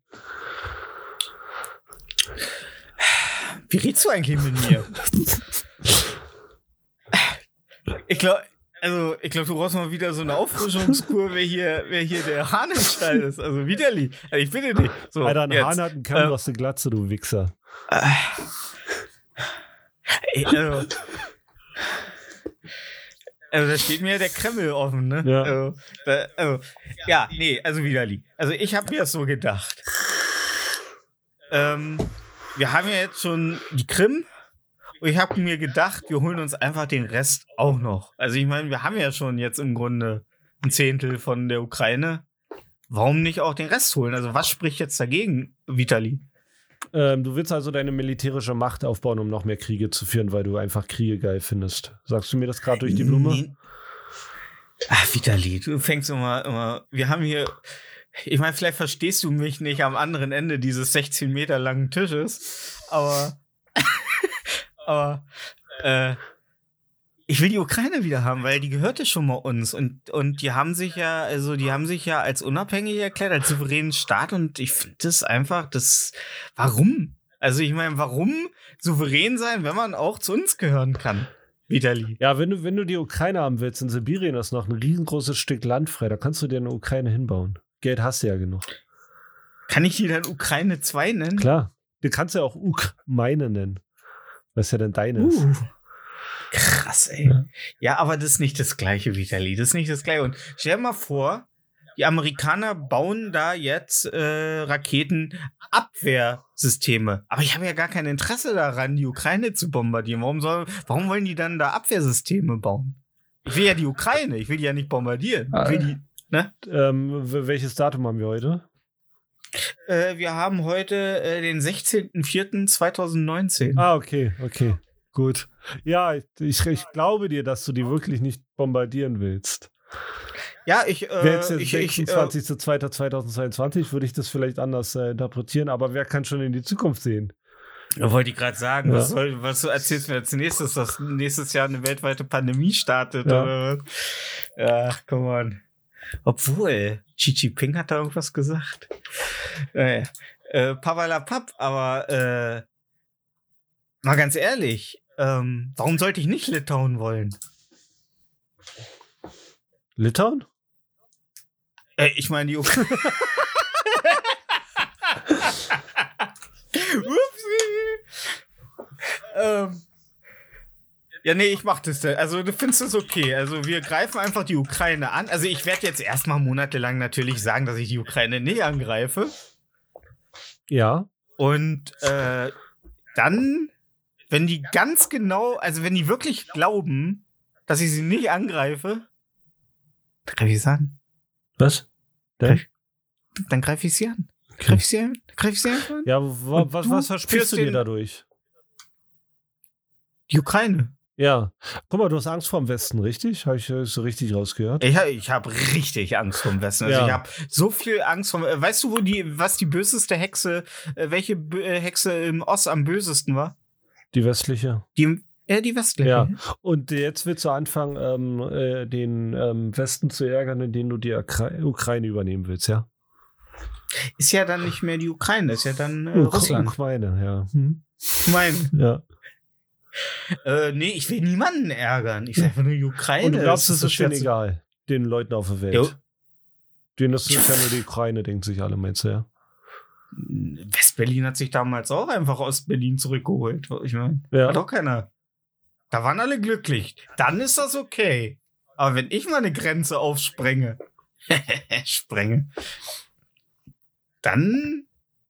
Wie redest du eigentlich mit mir? Ich glaube, also, ich glaube, du brauchst mal wieder so eine Auffrischungskur, wer hier, wer hier der Hahn im Stall ist. Also, widerlich. Also, ich bitte dich. So, Alter, ein jetzt. Hahn hat einen Kamm, Ähm, du hast eine Glatze, du Wichser. Ey, also, also, da steht mir der Kreml offen, ne? Ja. Also, da, also, ja, nee, also widerlich. Also, ich habe mir das so gedacht. Ähm, wir haben ja jetzt schon die Krim. Und ich habe mir gedacht, wir holen uns einfach den Rest auch noch. Also ich meine, wir haben ja schon jetzt im Grunde ein Zehntel von der Ukraine. Warum nicht auch den Rest holen? Also was spricht jetzt dagegen, Vitali? Ähm, du willst also deine militärische Macht aufbauen, um noch mehr Kriege zu führen, weil du einfach Kriege geil findest. Sagst du mir das gerade durch die Blume? Nee. Ach, Vitali, du fängst immer, immer. Wir haben hier. Ich meine, vielleicht verstehst du mich nicht am anderen Ende dieses sechzehn Meter langen Tisches, aber. aber. Äh, ich will die Ukraine wieder haben, weil die gehörte schon mal uns. Und, und die haben sich ja, also die haben sich ja als unabhängig erklärt, als souveränen Staat. Und ich finde das einfach, das. Warum? Also ich meine, warum souverän sein, wenn man auch zu uns gehören kann? Vitali. Ja, wenn du, wenn du die Ukraine haben willst, in Sibirien ist noch ein riesengroßes Stück Land frei, da kannst du dir eine Ukraine hinbauen. Geld hast du ja genug. Kann ich die dann Ukraine zwei nennen? Klar. Du kannst ja auch Ukraine nennen. Was ja dann deine ist. Uh, krass, ey. Ja. ja, aber das ist nicht das gleiche, Vitali. Das ist nicht das gleiche. Und stell dir mal vor, die Amerikaner bauen da jetzt äh, Raketenabwehrsysteme. Aber ich habe ja gar kein Interesse daran, die Ukraine zu bombardieren. Warum, soll, warum wollen die dann da Abwehrsysteme bauen? Ich will ja die Ukraine. Ich will die ja nicht bombardieren. Ich will die, ne? Ähm, w- welches Datum haben wir heute? Äh, wir haben heute äh, den sechzehnten vierten zweitausendneunzehn. Ah, okay, okay. Gut. Ja, ich, ich, ich glaube dir, dass du die wirklich nicht bombardieren willst. Ja, ich, äh, Wäre jetzt der ich, ich, äh, sechsundzwanzigster zweiter zweitausendzweiundzwanzig, würde ich das vielleicht anders äh, interpretieren, aber wer kann schon in die Zukunft sehen? Ja, wollte ich gerade sagen, Ja. was, soll, was du erzählst mir als nächstes, dass nächstes Jahr eine weltweite Pandemie startet? Ja. Oder was? Ja, come on. Obwohl, Xi Jinping hat da irgendwas gesagt. Naja, äh, Pavalapap, aber äh, mal ganz ehrlich, ähm, warum sollte ich nicht Litauen wollen? Litauen? Äh, ich meine, die Ukraine. ähm. Ja, nee, ich mach das. Also, du findest es okay. Also, wir greifen einfach die Ukraine an. Also, ich werde jetzt erstmal monatelang natürlich sagen, dass ich die Ukraine nicht angreife. Ja. Und äh, dann, wenn die ganz genau, also wenn die wirklich glauben, dass ich sie nicht angreife, dann greife ich sie an. Was? Denn? Dann greife ich sie an. Greife ich sie an? Greife ich sie einfach an? Ja, wa, Und was, du was versprichst führst du dir den- dadurch? Die Ukraine. Ja. Guck mal, du hast Angst vor dem Westen, richtig? Habe ich äh, so richtig rausgehört? Ich, ich habe richtig Angst vor dem Westen. Also Ja. ich habe so viel Angst vor. Äh, weißt du, wo die, was die böseste Hexe, äh, welche Bö- äh, Hexe im Ost am bösesten war? Die westliche. Die, äh, die westliche. Ja. Und jetzt willst du anfangen, ähm, äh, den ähm, Westen zu ärgern, indem du die Ukra- Ukraine übernehmen willst, ja? Ist ja dann nicht mehr die Ukraine, ist ja dann äh, Uk- Russland. Ukraine, ja. Hm? Mein, Ja. äh, nee, ich will niemanden ärgern. Ich will einfach nur die Ukraine. Und du glaubst, Das es ist schwer denen zu- egal, den Leuten auf der Welt. Jo. Denen ist es ja nur die Ukraine, denken sich alle, meinst du, ja? Westberlin hat sich damals auch einfach Ostberlin zurückgeholt. Ich meine, Ja. hat auch keiner. Da waren alle glücklich. Dann ist das okay. Aber wenn ich mal eine Grenze aufsprenge, sprenge, dann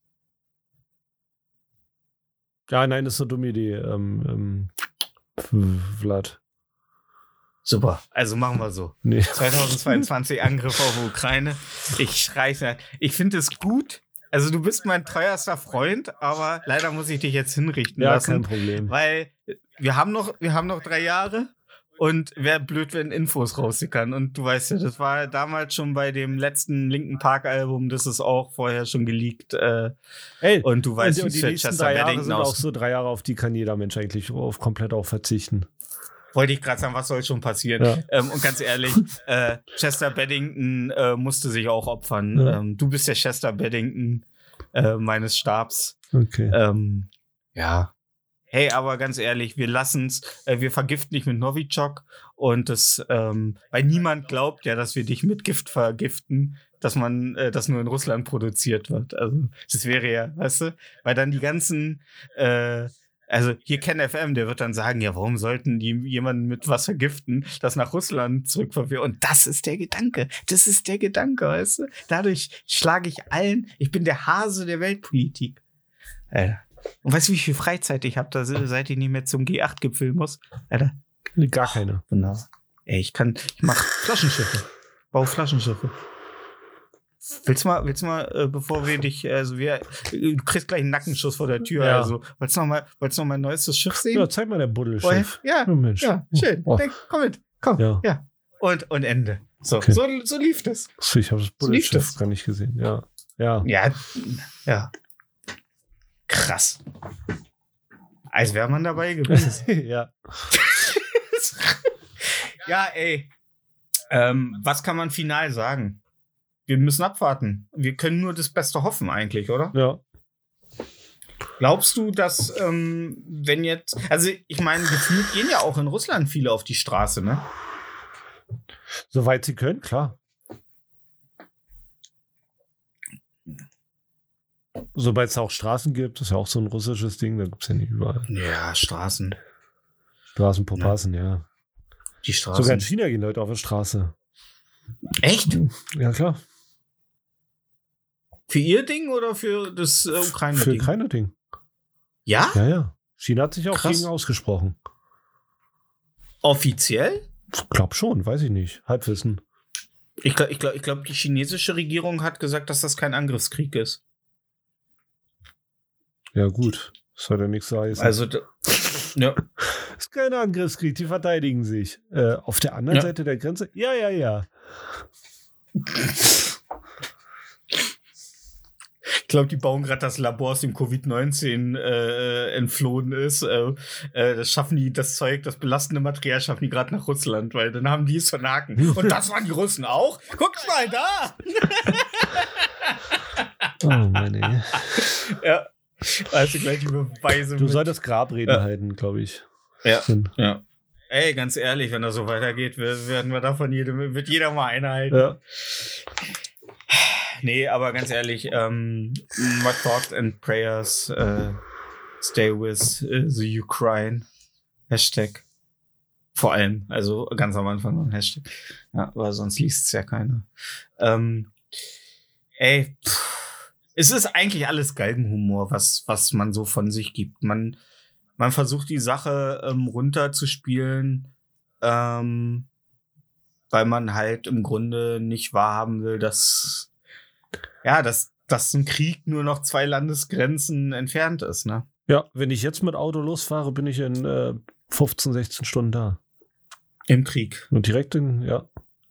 Ja, nein, das ist eine dumme Idee. Ähm, ähm, Vlad. super. Also machen wir so. Nee. zweitausendzweiundzwanzig Angriff auf Ukraine. Ich schrei's ja. Ich finde es gut. Also du bist mein teuerster Freund, aber leider muss ich dich jetzt hinrichten Ja, lassen. kein Problem. Weil wir haben noch, wir haben noch drei Jahre und wäre blöd, wenn Infos raussickern. Und du weißt ja, das war damals schon bei dem letzten Linken Park Album, das ist auch vorher schon geleakt. Äh, Ey, und du weißt, und, wie und die es für nächsten Chester drei Jahre Bennington sind auch aus. so drei Jahre, auf die kann jeder Mensch eigentlich auf komplett auch verzichten. Wollte ich gerade sagen, was soll schon passieren? Ja. Ähm, und ganz ehrlich, äh, Chester Bennington äh, musste sich auch opfern. Ja. Ähm, du bist der Chester Bennington äh, meines Stabs. Okay. Ähm, ja. Hey, aber ganz ehrlich, wir lassen's, äh, wir vergiften dich mit Novichok und das, ähm, weil niemand glaubt ja, dass wir dich mit Gift vergiften, dass man, äh, das nur in Russland produziert wird. Also, das wäre ja, weißt du, weil dann die ganzen, äh, also hier Ken F M, der wird dann sagen, ja, warum sollten die jemanden mit was vergiften, das nach Russland zurückverführen? Und das ist der Gedanke. Das ist der Gedanke, weißt du? Dadurch schlage ich allen, ich bin der Hase der Weltpolitik. Alter. Und weißt du, wie viel Freizeit ich habe, da seit ich nicht mehr zum G acht Gipfel muss? Alter. Gar keine. Genau. Ey, ich kann, ich mach Flaschenschiffe. Bau Flaschenschiffe. Willst du mal, willst du mal, äh, bevor wir dich, also wir, du kriegst gleich einen Nackenschuss vor der Tür, Ja. also, wolltest du noch mal, wolltest du noch mein neuestes Schiff sehen? Ja, zeig mal dein Vorher? Buddelschiff. Ja, Oh, Mensch. ja, schön. Oh. Denk, komm mit, komm, Ja. ja. Und, und Ende. So, Okay. so, so lief das. So, ich habe das lief Buddelschiff das. gar nicht gesehen. Ja. Ja. Ja, ja. Krass. Als wäre man dabei gewesen. ja. Ja, ey. Ähm, was kann man final sagen? Wir müssen abwarten. Wir können nur das Beste hoffen eigentlich, oder? Ja. Glaubst du, dass, ähm, wenn jetzt, also ich meine, gefühlt gehen ja auch in Russland viele auf die Straße, ne? Soweit sie können, klar. Sobald es auch Straßen gibt, ist ja auch so ein russisches Ding, da gibt es ja nicht überall. Ja, Straßen. Straßenpopassen, ja. Die Straßen. Sogar in China gehen Leute auf der Straße. Echt? Ja, klar. Für ihr Ding oder für das äh, Für Ukraine-Ding? keine Ding. Ja? Ja, ja. China hat sich auch Krass. gegen ausgesprochen. Offiziell? Glaub schon, weiß ich nicht. Halbwissen. Ich glaube, ich glaub, ich glaub, die chinesische Regierung hat gesagt, dass das kein Angriffskrieg ist. Ja, gut. Das soll ja nichts heißen. Also, d- ja. ist kein Angriffskrieg, die verteidigen sich. Äh, auf der anderen Ja. Seite der Grenze? Ja, ja, ja. Ich glaube, die bauen gerade das Labor, aus dem Covid neunzehn äh, entflohen ist. Äh, äh, das schaffen die, das Zeug, das belastende Material schaffen die gerade nach Russland, weil dann haben die es vernaken. Und das waren die Russen auch? Guck mal da! Oh, Mann, ey. Ja. Also gleich die Beweise. Du mit. solltest Grabreden Ja. halten, glaube ich. Ja. Sind- Ja. Ey, ganz ehrlich, wenn das so weitergeht, wir- werden wir davon jedem, wird jeder mal eine halten. Ja. Nee, aber ganz ehrlich, ähm, my thoughts and prayers äh, stay with äh, the Ukraine. Hashtag. Vor allem, also ganz am Anfang noch ein Hashtag. Ja, weil sonst liest es ja keiner. Ähm, ey, pff, es ist eigentlich alles Galgenhumor, was, was man so von sich gibt. Man, man versucht die Sache ähm, runterzuspielen, ähm, weil man halt im Grunde nicht wahrhaben will, dass ja, dass, dass ein Krieg nur noch zwei Landesgrenzen entfernt ist, ne? ja, wenn ich jetzt mit Auto losfahre, bin ich in äh, fünfzehn, sechzehn Stunden da. Im Krieg. Und direkt in, ja.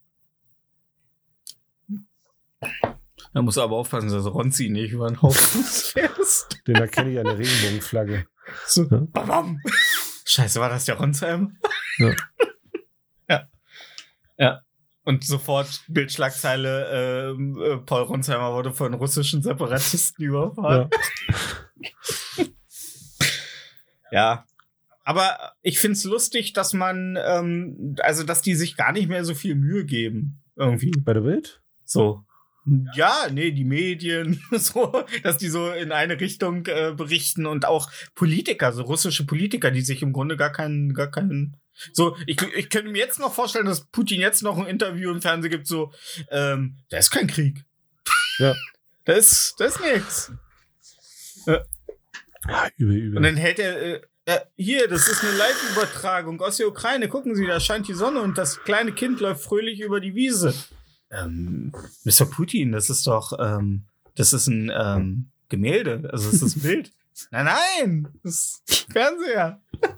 Da musst du aber aufpassen, dass Ronzi nicht über den Haufen fährst. Den erkenne ich an der Regenbogenflagge. So, Ja. bam, bam. Scheiße, war das der Ronsheimer? Ja. Ja. Ja. Und sofort Bildschlagzeile, ähm, äh, Paul Ronsheimer wurde von russischen Separatisten überfahren. Ja. Ja. Aber ich find's lustig, dass man, ähm, also dass die sich gar nicht mehr so viel Mühe geben. Irgendwie. Bei der Bild? So. Ja, nee, die Medien, so, dass die so in eine Richtung äh, berichten und auch Politiker, so russische Politiker, die sich im Grunde gar keinen, gar keinen, so, ich, ich könnte mir jetzt noch vorstellen, dass Putin jetzt noch ein Interview im Fernsehen gibt, so, ähm, da ist kein Krieg. Ja. Da ist, da ist nix. Ja. Ja, übel, übel. Und dann hält er, äh, äh, hier, das ist eine Live-Übertragung aus der Ukraine, gucken Sie, da scheint die Sonne und das kleine Kind läuft fröhlich über die Wiese. Ähm, Mister Putin, das ist doch, ähm, das ist ein ähm, Gemälde, also das ist ein Bild. Nein, nein, das ist Fernseher.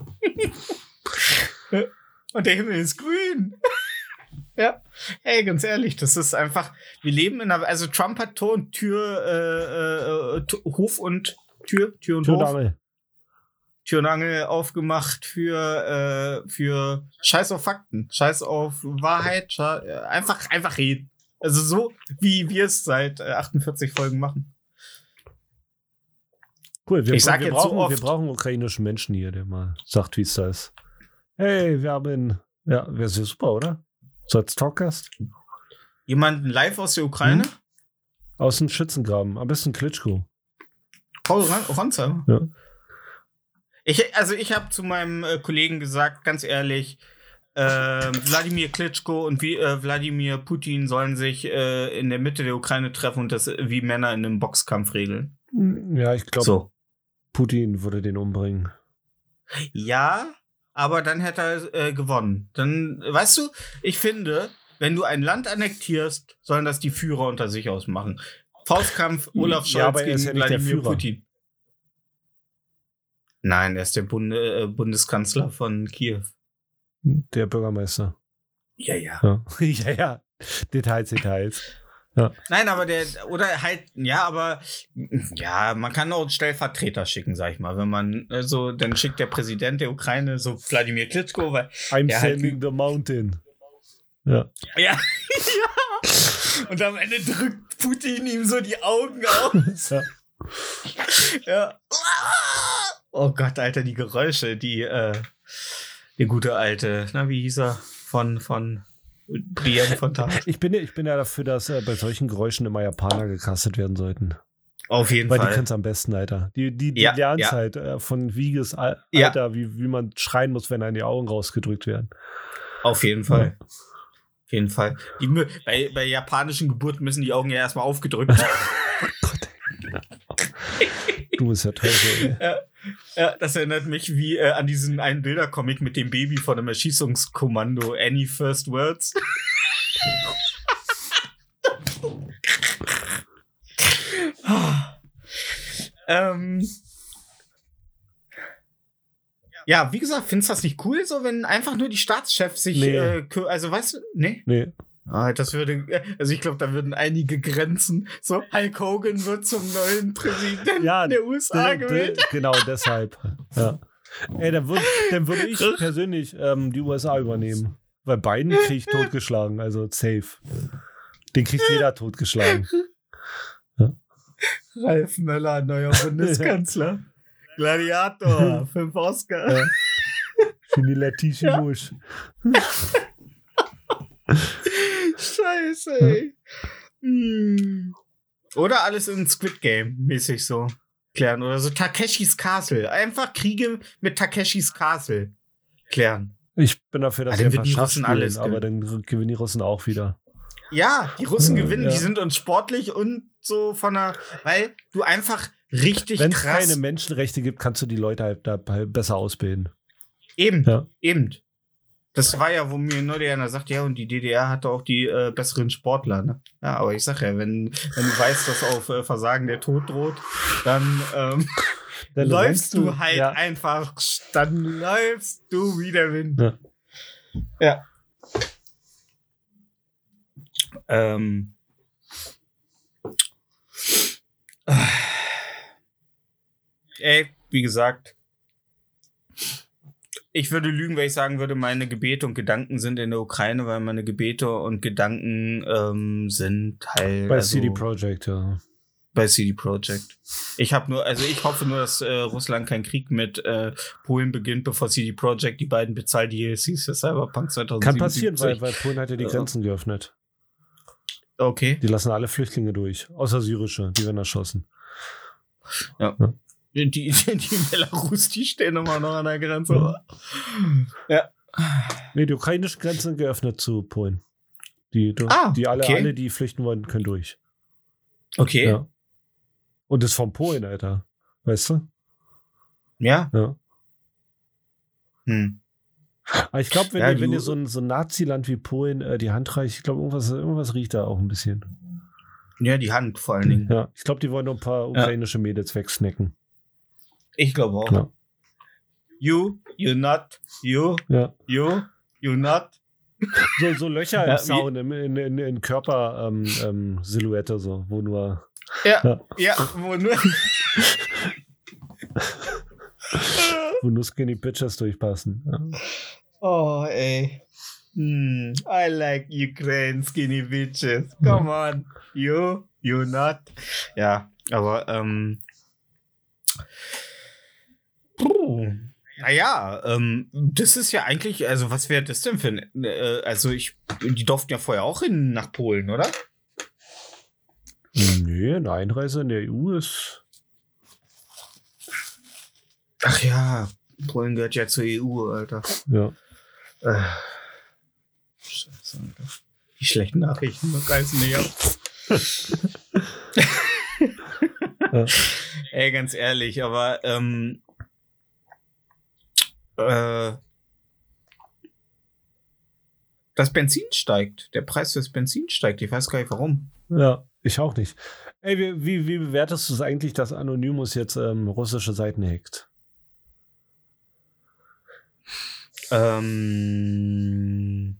Und der Himmel ist grün. Ja, ey, ganz ehrlich, das ist einfach, wir leben in einer, also Trump hat Tor und Tür, äh, äh, T- Hof und Tür, Tür und Tür und Hof. Angel. Tür und Angel aufgemacht für, äh, für Scheiß auf Fakten, Scheiß auf Wahrheit, Sche- äh, einfach, einfach reden. Also so, wie wir es seit äh, achtundvierzig Folgen machen. Cool, wir, Ich sag wir, jetzt so brauchen, wir oft- brauchen ukrainischen Menschen hier, der mal sagt, wie es da ist. Hey, wir haben, ja, wäre super, oder? So als Talkgast. Jemanden live aus der Ukraine? Hm? Aus dem Schützengraben, am besten Klitschko. Paul Ran- Ronsheimer? Ja. Ich, also ich habe zu meinem äh, Kollegen gesagt, ganz ehrlich, äh, Wladimir Klitschko und wie, äh, Wladimir Putin sollen sich äh, in der Mitte der Ukraine treffen und das wie Männer in einem Boxkampf regeln. Ja, ich glaube, So. Putin würde den umbringen. Ja, aber dann hätte er äh, gewonnen. Dann, weißt du, ich finde, wenn du ein Land annektierst, sollen das die Führer unter sich ausmachen. Faustkampf Olaf Scholz Ja, aber er gegen ist ja nicht der Wladimir Führer. Putin. Nein, er ist der Bunde, äh, Bundeskanzler von Kiew. Der Bürgermeister. Ja, ja. Ja, ja, ja. Details, Details. Nein, aber der, oder halt, ja, aber, ja, man kann auch einen Stellvertreter schicken, sag ich mal. Wenn man, äh, so, dann schickt der Präsident der Ukraine so Wladimir Klitschko, weil, I'm Ja, halt sending the mountain. Ja. ja, ja. Und am Ende drückt Putin ihm so die Augen aus. ja. Ja. Oh Gott, Alter, die Geräusche, die, äh, der gute alte, na, wie hieß er? Von, von Brienne von Tat. Ich bin, ja- ich bin ja dafür, dass äh, bei solchen Geräuschen immer Japaner gecastet werden sollten. Auf jeden Weil die Fall. können es am besten, Alter. Die, die, die Ja, lernen es ja. halt äh, von Wieges Al- Ja. Alter, wie, wie man schreien muss, wenn einem die Augen rausgedrückt werden. Auf jeden Fall. Auf jeden Fall. Die, mü- bei, bei japanischen Geburten müssen die Augen ja erstmal aufgedrückt werden. Du bist ja Teufel, ey. Ja, das erinnert mich wie äh, an diesen einen Bildercomic mit dem Baby von einem Erschießungskommando. Any First Words? ähm, ja, wie gesagt, findest du das nicht cool, so wenn einfach nur die Staatschefs sich, Nee. äh, kü- also weißt du, nee? Nee. Ah, das würde, also ich glaube, da würden einige Grenzen. So, Hulk Hogan wird zum neuen Präsidenten Ja, der U S A de- de- gewählt. Genau, deshalb. Ja. Ey, dann würde dann würd ich persönlich ähm, die U S A übernehmen. Weil Biden kriege ich totgeschlagen, also safe. Den kriegt jeder totgeschlagen. Ralf Möller, neuer Bundeskanzler. Gladiator, fünf Oscar. Ja. Für die Letitia Ja. Bush. Scheiße, ey. Hm. Oder alles in Squid Game mäßig so klären. Oder so Takeshis Castle. Einfach Kriege mit Takeshis Castle klären. Ich bin dafür, dass Ah, sie dann einfach würden die Schach Russen spielen, alles aber dann gewinnen die Russen auch wieder. Ja, die Russen Ja, gewinnen. ja. Die sind uns sportlich und so von der, weil du einfach richtig Wenn es krass. keine Menschenrechte gibt, kannst du die Leute halt dabei besser ausbilden. Eben, Ja. eben. Das war ja, wo mir nur der einer sagt, ja, und die D D R hatte auch die äh, besseren Sportler, ne? Ja, aber ich sag ja, wenn, wenn du weißt, dass auf äh, Versagen der Tod droht, dann, ähm, Dann läufst rennst du halt ja. einfach, dann läufst du wie der Wind. Ja. Ja. Ähm. Ey, wie gesagt, ich würde lügen, wenn ich sagen würde, meine Gebete und Gedanken sind in der Ukraine, weil meine Gebete und Gedanken ähm, sind halt Bei also, C D Projekt, ja. bei C D Projekt. Ich habe nur, also ich hoffe nur, dass äh, Russland keinen Krieg mit äh, Polen beginnt, bevor C D Projekt die beiden bezahlt D L Cs für Cyberpunk zwanzig Kann siebenundsiebzig. passieren, weil, weil Polen hat ja die Ja. Grenzen geöffnet. Okay. Die lassen alle Flüchtlinge durch, außer syrische, die werden erschossen. Ja. Ja. Die, die, die in Belarus, die stehen immer noch an der Grenze. Ja. Nee, die ukrainischen Grenzen sind geöffnet zu Polen. Die, die, Ah, die alle, okay. alle, die flüchten wollen, können durch. Okay. Ja. Und das von Polen, Alter. Weißt du? Ja. Ja. Hm. Aber ich glaube, wenn, Ja, ihr, wenn du- ihr so ein, so ein Nazi-Land wie Polen äh, die Hand reicht, ich glaube, irgendwas, irgendwas riecht da auch ein bisschen. Ja, die Hand vor allen Dingen. Ja, ich glaube, die wollen noch ein paar ukrainische Mädels wegsnacken. Ich glaube auch. Ja. You, you not, you, Ja. you, you not. So, so Löcher im Ja, wie- Zaun, im, in, in, in Körper-Silhouette, ähm, ähm, Silhouette, so, wo nur. Ja, Ja. ja, wo nur. wo nur Skinny Bitches durchpassen. Ja. Oh, ey. Hmm, I like Ukraine skinny bitches. Come on. You, you not. Ja, aber, ähm. Puh. Naja, ähm, das ist ja eigentlich, also was wäre das denn für ein, äh, also ich, die durften ja vorher auch hin nach Polen, oder? Nee, eine Einreise in der E U ist. Ach ja, Polen gehört ja zur E U, Alter. Ja. Äh, Scheiße, Alter. Die schlechten Nachrichten reißen mich ab. Ja. Ey, ganz ehrlich, aber ähm, äh, das Benzin steigt. Der Preis fürs Benzin steigt. Ich weiß gar nicht warum. Ja, ich auch nicht. Ey, wie, wie, wie bewertest du es eigentlich, dass Anonymous jetzt ähm, russische Seiten hackt? Ähm,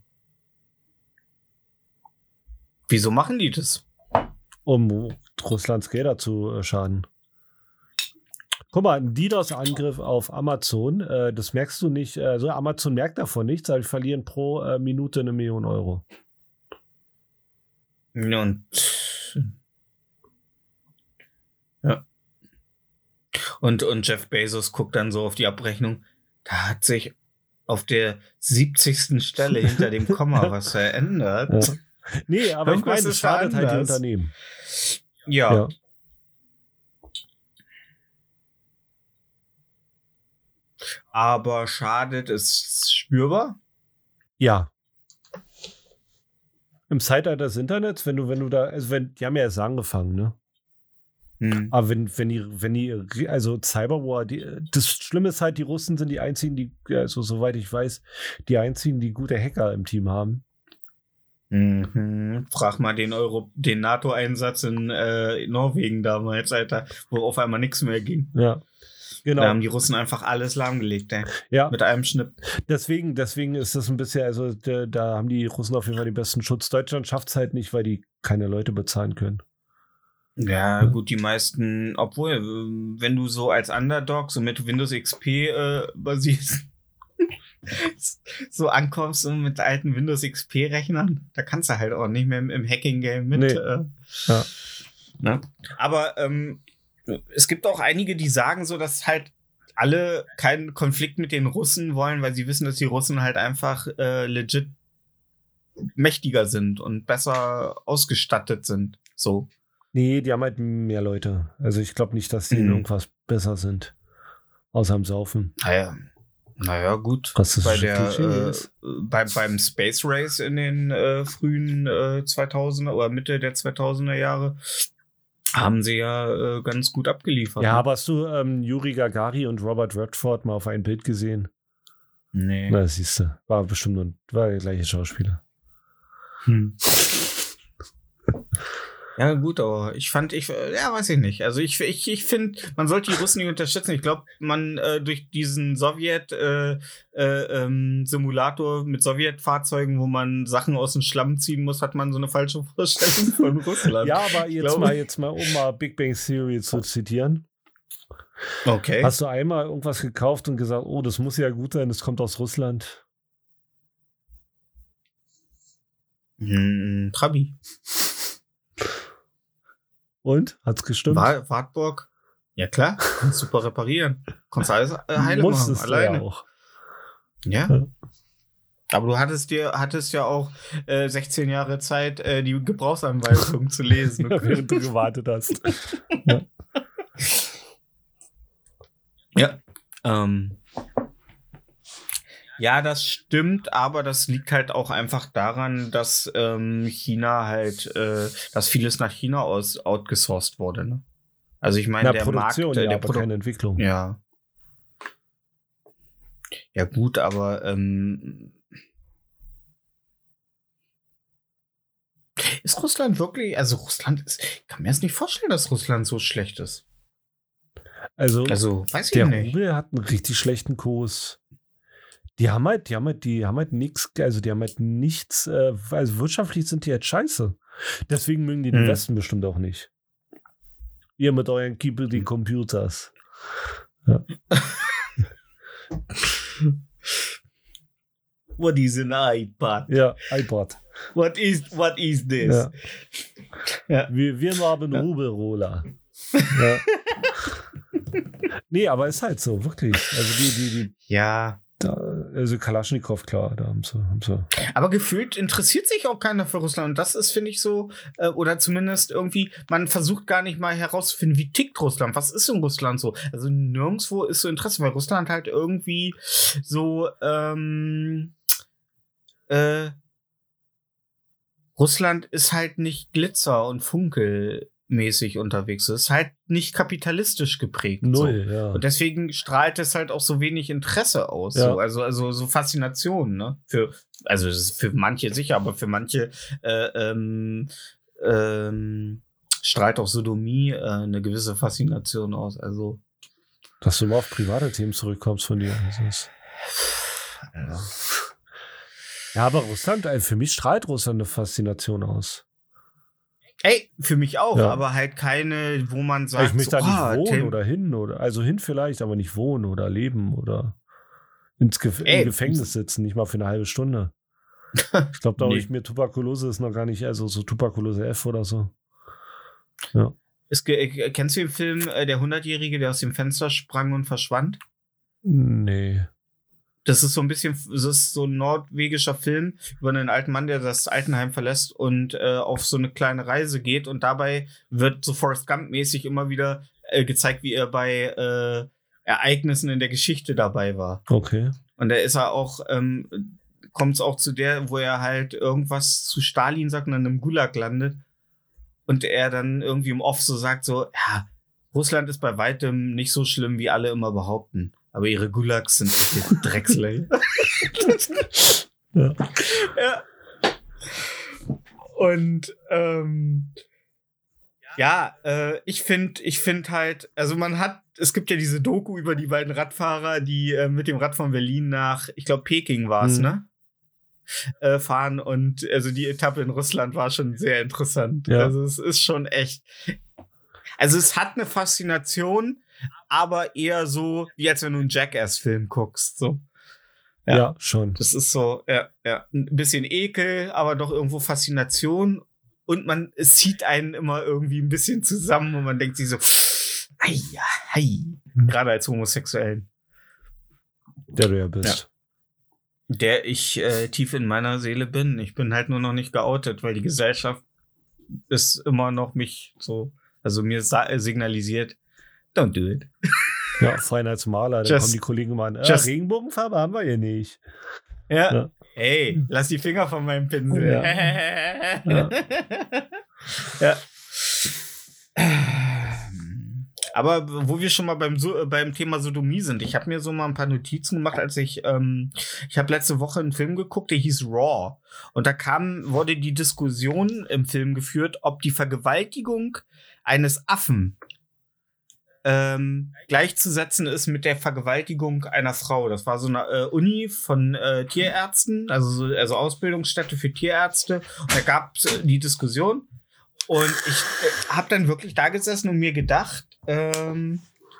wieso machen die das? Um Russlands Gelder zu äh, schaden. Guck mal, ein DDoS-Angriff auf Amazon, äh, das merkst du nicht, äh, also Amazon merkt davon nichts, weil die verlieren pro äh, Minute eine Million Euro. Und ja. Und, und Jeff Bezos guckt dann so auf die Abrechnung. Da hat sich auf der siebzigsten Stelle hinter dem Komma was verändert. Ja. Nee, aber ich Irgendwas meine, es ist da schadet halt die anders. Unternehmen. Ja. Ja. Aber schadet es spürbar? Ja. Im Zeitalter des Internets, wenn du, wenn du da, also wenn, die haben ja erst angefangen, ne? Hm. Aber wenn, wenn die, wenn die, also Cyberwar, die, das Schlimme ist halt, die Russen sind die einzigen, die, also soweit ich weiß, die einzigen, die gute Hacker im Team haben. Mhm. Frag mal den Euro, den NATO-Einsatz in äh, Norwegen damals, Alter, wo auf einmal nichts mehr ging. Ja. Genau. Da haben die Russen einfach alles lahmgelegt, ey. Ja, Mit einem Schnipp. deswegen, deswegen ist das ein bisschen, also da, da haben die Russen auf jeden Fall den besten Schutz. Deutschland schafft es halt nicht, weil die keine Leute bezahlen können. Ja, gut, die meisten, obwohl, äh, wenn du so als Underdog so mit Windows X P äh, basierst, so ankommst und mit alten Windows X P-Rechnern, da kannst du halt auch nicht mehr im, im Hacking-Game mit. Nee. Äh, Ja. ne? Aber ähm, es gibt auch einige, die sagen so, dass halt alle keinen Konflikt mit den Russen wollen, weil sie wissen, dass die Russen halt einfach äh, legit mächtiger sind und besser ausgestattet sind. So. Nee, die haben halt mehr Leute. Also ich glaube nicht, dass die in Mhm. irgendwas besser sind. Außer am Saufen. Naja, naja, gut. Was das Bei für der, Klischee äh, ist. bei, beim Space Race in den äh, frühen äh, zweitausender oder Mitte der zweitausender Jahre haben sie ja äh, ganz gut abgeliefert. Ja, ne? aber hast du ähm, Yuri Gagarin und Robert Redford mal auf ein Bild gesehen? Nee. Na, siehst du. War bestimmt nur, war der gleiche Schauspieler. Hm. Ja, gut, aber ich fand, ich, ja, weiß ich nicht. Also ich, ich, ich finde, man sollte die Russen nicht unterstützen. Ich glaube, man äh, durch diesen Sowjet äh, äh, ähm, Simulator mit Sowjetfahrzeugen, wo man Sachen aus dem Schlamm ziehen muss, hat man so eine falsche Vorstellung von Russland. Ja, aber jetzt glaube- mal, jetzt mal, um mal Big Bang Theory zu zitieren. Okay. Hast du einmal irgendwas gekauft und gesagt, oh, das muss ja gut sein, das kommt aus Russland? Hm, Trabi. Und? Hat's gestimmt? Wa- Wartburg. Ja klar, kannst super reparieren. Kannst alles äh, heile machen, Musstest du alleine. ja auch. Ja. Ja. Aber du hattest dir hattest ja auch äh, sechzehn Jahre Zeit, äh, die Gebrauchsanweisung zu lesen. Ja, während du gewartet hast. Ja. Ja. Ähm. Ja, das stimmt, aber das liegt halt auch einfach daran, dass ähm, China halt, äh, dass vieles nach China aus outgesourced wurde. Ne? Also ich meine, Na, der Produktion, Markt, äh, ja, der aber Produ- keine Entwicklung. Ja. Ja gut, aber ähm, ist Russland wirklich, also Russland ist, ich kann mir jetzt nicht vorstellen, dass Russland so schlecht ist. Also, Also, weiß ich der nicht. Rubel hat einen richtig schlechten Kurs. Die haben halt, die haben halt, die haben halt nichts, also die haben halt nichts, äh, also wirtschaftlich sind die halt scheiße. Deswegen mögen die den Hm. Westen bestimmt auch nicht. Ihr mit euren Keepity Computers. Ja. What is an iPad? Ja, iPod. What is, what is this? Ja. Ja. Wir, wir haben Ja. Rubelroller. Ja. Nee, aber ist halt so, wirklich. Also die, die, die, Ja. da, also Kalaschnikow, klar, da haben sie, haben sie. Aber gefühlt interessiert sich auch keiner für Russland. Und das ist, finde ich, so, äh, oder zumindest irgendwie, man versucht gar nicht mal herauszufinden, wie tickt Russland? Was ist in Russland so? Also nirgendwo ist so Interesse, weil Russland halt irgendwie so, ähm, äh, Russland ist halt nicht Glitzer- und Funkelmäßig unterwegs. Es ist halt nicht kapitalistisch geprägt. Null, so. ja. Und deswegen strahlt es halt auch so wenig Interesse aus. Ja. So. Also, also so Faszination, ne? Für, also es ist für manche sicher, aber für manche äh, ähm, ähm, strahlt auch Sodomie äh, eine gewisse Faszination aus. Also. Dass du immer auf private Themen zurückkommst von dir. Das ist Ja. ja, aber Russland, äh, für mich strahlt Russland eine Faszination aus. Ey, für mich auch, Ja. aber halt keine, wo man sagt, ich möchte so, da nicht ah, wohnen Tim- oder hin oder also hin vielleicht, aber nicht wohnen oder leben oder ins Gef Ey, im Gefängnis sitzen, nicht mal für eine halbe Stunde. Ich glaube, da Nee. hole ich mir Tuberkulose ist noch gar nicht, also so Tuberkulose F oder so. Es, ge- äh, kennst du den Film äh, Der Hundertjährige, der aus dem Fenster sprang und verschwand? Nee. Das ist so ein bisschen, das ist so ein norwegischer Film über einen alten Mann, der das Altenheim verlässt und äh, auf so eine kleine Reise geht und dabei wird so Forrest Gump-mäßig immer wieder äh, gezeigt, wie er bei äh, Ereignissen in der Geschichte dabei war. Okay. Und da ist er auch, ähm, kommt es auch zu der, wo er halt irgendwas zu Stalin sagt und dann im Gulag landet und er dann irgendwie im Off so sagt so, ja, Russland ist bei weitem nicht so schlimm, wie alle immer behaupten. Aber ihre Gulags sind echte Dreckslöcher. Ja. Ja. Und ähm, ja, äh, ich finde, ich finde halt, also man hat, es gibt ja diese Doku über die beiden Radfahrer, die äh, mit dem Rad von Berlin nach, ich glaube Peking war es, Mhm. ne? Äh, fahren und also die Etappe in Russland war schon sehr interessant. Ja. Also es ist schon echt, also es hat eine Faszination, aber eher so, wie als wenn du einen Jackass-Film guckst, so. Ja. Ja. schon. Das ist so, ja, ja, ein bisschen Ekel, aber doch irgendwo Faszination. Und man, es zieht einen immer irgendwie ein bisschen zusammen und man denkt sich so, ei, ja, hei. Gerade als Homosexuellen, Der du ja bist. der ich äh, tief in meiner Seele bin. Ich bin halt nur noch nicht geoutet, weil die Gesellschaft ist immer noch mich so, also mir sa- signalisiert, don't do it. Ja, vorhin als Maler, dann Just- kommen die Kollegen mal an, äh, just- Regenbogenfarbe haben wir hier nicht. Ja. Ja. Ey, lass die Finger von meinem Pinsel. Ja. Ja. Ja. Aber wo wir schon mal beim, so äh, beim Thema Sodomie sind, ich habe mir so mal ein paar Notizen gemacht, als ich, ähm, ich habe letzte Woche einen Film geguckt, der hieß Raw. Und da kam, wurde die Diskussion im Film geführt, ob die Vergewaltigung eines Affen ähm, gleichzusetzen ist mit der Vergewaltigung einer Frau. Das war so eine äh, Uni von äh, Tierärzten, also, so- also Ausbildungsstätte für Tierärzte. Und da gab es äh, die Diskussion. Und ich äh, habe dann wirklich da gesessen und mir gedacht, ähm,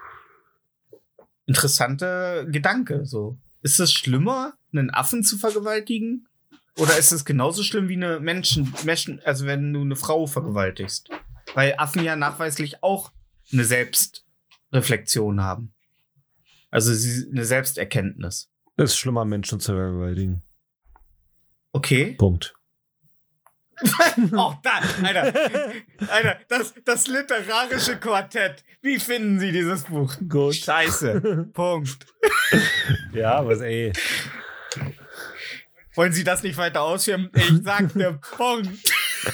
interessante Gedanke. So, ist es schlimmer, einen Affen zu vergewaltigen? Oder ist es genauso schlimm wie eine Menschen, Menschen, also wenn du eine Frau vergewaltigst? Weil Affen ja nachweislich auch eine Selbstreflexion haben. Also sie, eine Selbsterkenntnis. Es ist schlimmer, Menschen zu vergewaltigen. Okay. Punkt. Auch da, Alter, Alter, das, das literarische Quartett. Wie finden Sie dieses Buch? Gut. Scheiße. Punkt. Ja, was ey. Wollen Sie das nicht weiter ausführen? Ich sagte Punkt.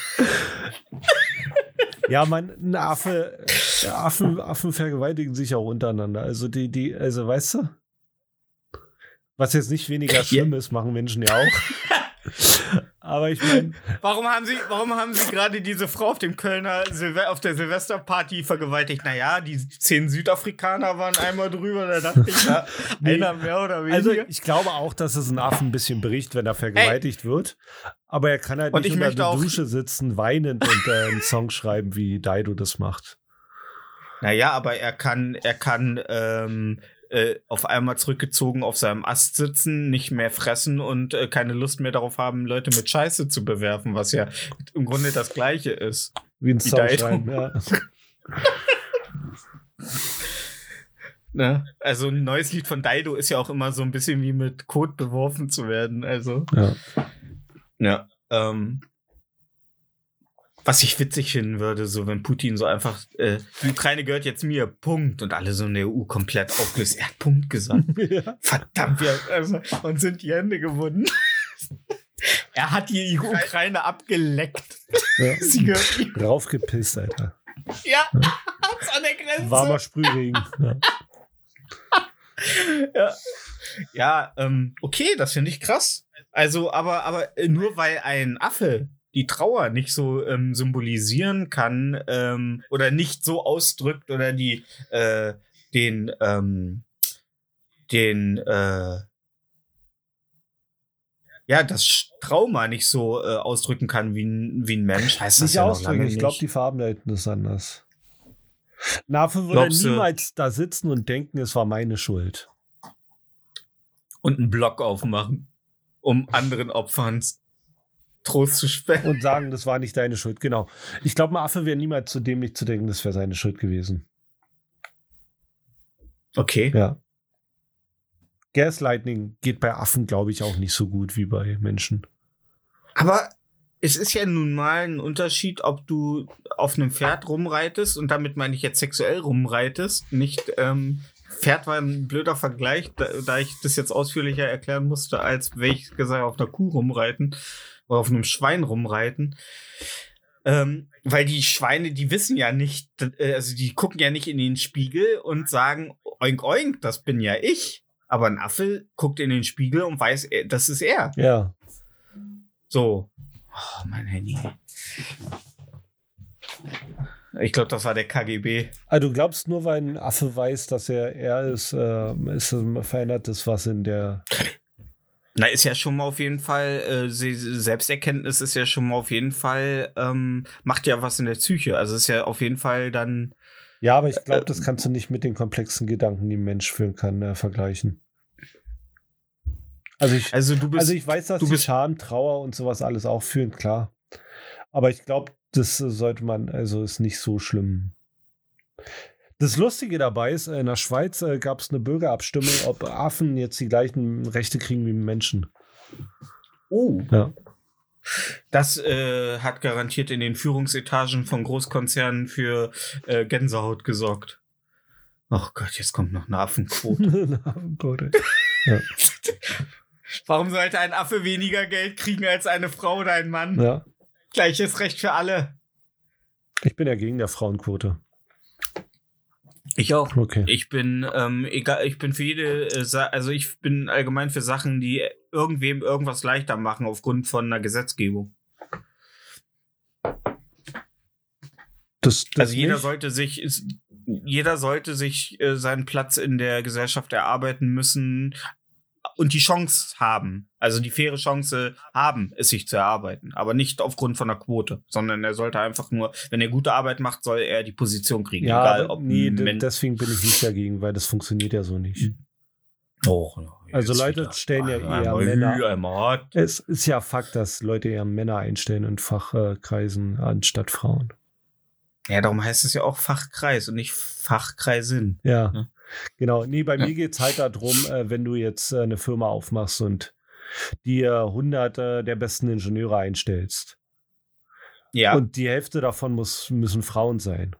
Ja, man, ein Affe, Affen, Affen vergewaltigen sich auch untereinander. Also die, die, also weißt du? Was jetzt nicht weniger schlimm ist, machen Menschen ja auch. Aber ich meine. Warum haben Sie, warum haben Sie gerade diese Frau auf dem Kölner Silve- auf der Silvesterparty vergewaltigt? Naja, die zehn Südafrikaner waren einmal drüber, da dachte ich, ja, Nee. einer mehr oder weniger. Also ich glaube auch, dass es ein Affen ein bisschen bricht, wenn er vergewaltigt wird. Aber er kann halt Und nicht ich unter möchte der auch- Dusche sitzen, weinend und äh, einen Song schreiben, wie Daido das macht. Naja, aber er kann, er kann ähm, äh, auf einmal zurückgezogen auf seinem Ast sitzen, nicht mehr fressen und äh, keine Lust mehr darauf haben, Leute mit Scheiße zu bewerfen, was ja im Grunde das Gleiche ist. Wie ein Wie Song Daido. schreiben, ja. Ne? Also ein neues Lied von Daido ist ja auch immer so ein bisschen wie mit Kot beworfen zu werden. Also ja. ja. Ähm, was ich witzig finden würde, so wenn Putin so einfach, äh, die Ukraine gehört jetzt mir, Punkt. Und alle so in der E U komplett aufgelöst. Er hat Punkt gesagt. ja. Verdammt, wir, also, uns sind die Hände gebunden. Er hat die Ukraine abgeleckt. ja. Sie gehört ihm. Raufgepisst, Alter. Ja, hat's an der Grenze. Warmer Sprühregen. Ja. Ja, ja ähm, okay, das finde ich krass. Also, aber, aber äh, nur weil ein Affe die Trauer nicht so ähm, symbolisieren kann ähm, oder nicht so ausdrückt oder die äh, den ähm, den äh, ja das Trauma nicht so äh, ausdrücken kann wie ein, wie ein Mensch, heißt das Nicht ja noch ausdrücken, lange ich glaube, nicht. die Farbenwelten ist anders. Ein Affe würde Glaubst du- niemals da sitzen und denken, es war meine Schuld. Und einen Block aufmachen, um anderen Opfern Trost zu spenden. Und sagen, das war nicht deine Schuld. Genau. Ich glaube, ein Affe wäre niemals zu dämlich zu denken, das wäre seine Schuld gewesen. Okay. Ja. Gaslighting geht bei Affen, glaube ich, auch nicht so gut wie bei Menschen. Aber es ist ja nun mal ein Unterschied, ob du auf einem Pferd rumreitest, und damit meine ich jetzt sexuell rumreitest, nicht ähm, Pferd war ein blöder Vergleich, da, da ich das jetzt ausführlicher erklären musste, als wenn ich gesagt auf einer Kuh rumreiten oder auf einem Schwein rumreiten. Ähm, weil die Schweine, die wissen ja nicht, äh, also die gucken ja nicht in den Spiegel und sagen, oink oink, das bin ja ich. Aber ein Affe guckt in den Spiegel und weiß, äh, das ist er. Ja. So. Oh, mein Handy. Ich glaube, das war der K G B. Also du glaubst, nur weil ein Affe weiß, dass er er ist, äh, ist ähm, verändert das was in der... Na, ist ja schon mal auf jeden Fall, äh, Se- Selbsterkenntnis ist ja schon mal auf jeden Fall, ähm, macht ja was in der Psyche. Also ist ja auf jeden Fall dann. Ja, aber ich glaube, das kannst du nicht mit den komplexen Gedanken, die ein Mensch führen kann, äh, vergleichen. Also ich, Also du bist. also ich weiß, dass du die bist- Scham, Trauer und sowas alles auch führen, klar. Aber ich glaube, das äh, sollte man, also ist nicht so schlimm. Das Lustige dabei ist, äh, in der Schweiz äh, gab es eine Bürgerabstimmung, ob Affen jetzt die gleichen Rechte kriegen wie Menschen. oh. Ja. Das äh, hat garantiert in den Führungsetagen von Großkonzernen für äh, Gänsehaut gesorgt. Oh Gott, jetzt kommt noch eine Affenquote. ja. Warum sollte ein Affe weniger Geld kriegen als eine Frau oder ein Mann? ja. Gleiches Recht für alle. Ich bin ja gegen der Frauenquote. Ich auch. Okay. Ich bin, ähm, egal, ich bin für jede, äh, Sa- also ich bin allgemein für Sachen, die irgendwem irgendwas leichter machen aufgrund von einer Gesetzgebung. Das, das Also jeder nicht? sollte sich, ist, jeder sollte sich äh, seinen Platz in der Gesellschaft erarbeiten müssen und die Chance haben, also die faire Chance haben, es sich zu erarbeiten, aber nicht aufgrund von einer Quote, sondern er sollte einfach nur, wenn er gute Arbeit macht, soll er die Position kriegen, Ja, egal aber ob nee, ein d- Men- deswegen bin ich nicht dagegen, weil das funktioniert ja so nicht. Oh, Also jetzt Leute wieder. stellen ja Einmal eher Hü, Männer- einmal Hot. Es ist ja Fakt, dass Leute eher Männer einstellen in Fachkreisen anstatt Frauen. Ja, darum heißt es ja auch Fachkreis und nicht Fachkreisin. Ja, Ja. genau. Nee, bei Ja. mir geht es halt darum, äh, wenn du jetzt äh, eine Firma aufmachst und dir hunderte der besten Ingenieure einstellst. Ja. Und die Hälfte davon muss, müssen Frauen sein.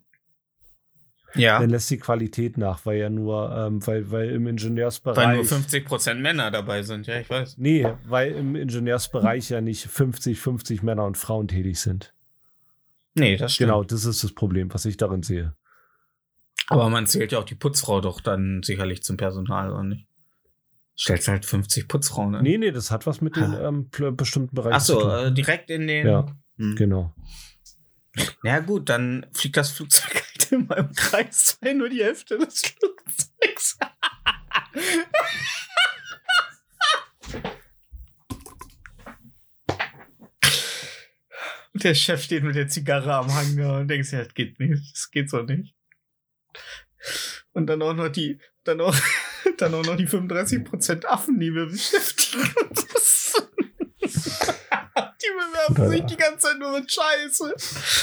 ja. Dann lässt die Qualität nach, weil ja nur, ähm, weil, weil im Ingenieursbereich. Weil nur fünfzig Prozent Männer dabei sind, ja, ich weiß. Nee, weil im Ingenieursbereich ja nicht fünfzig fünfzig Männer und Frauen tätig sind. Nee, das stimmt. Genau, das ist das Problem, was ich darin sehe. Aber man zählt ja auch die Putzfrau doch dann sicherlich zum Personal, oder nicht? Stellst halt fünfzig Putzfrauen an. Nee, nee, das hat was mit den ähm, pl- bestimmten Bereichen Ach zu so, tun. äh, direkt in den... Ja, Hm. genau. Ja gut, dann fliegt das Flugzeug halt in meinem Kreis zwei, nur die Hälfte des Flugzeugs. Und der Chef steht mit der Zigarre am Hangar und denkt sich, das geht nicht, das geht so nicht. Und dann auch noch die, dann auch, dann auch noch die fünfunddreißig Prozent Affen, die wir beschäftigen. Die bewerfen sich die ganze Zeit nur mit Scheiße.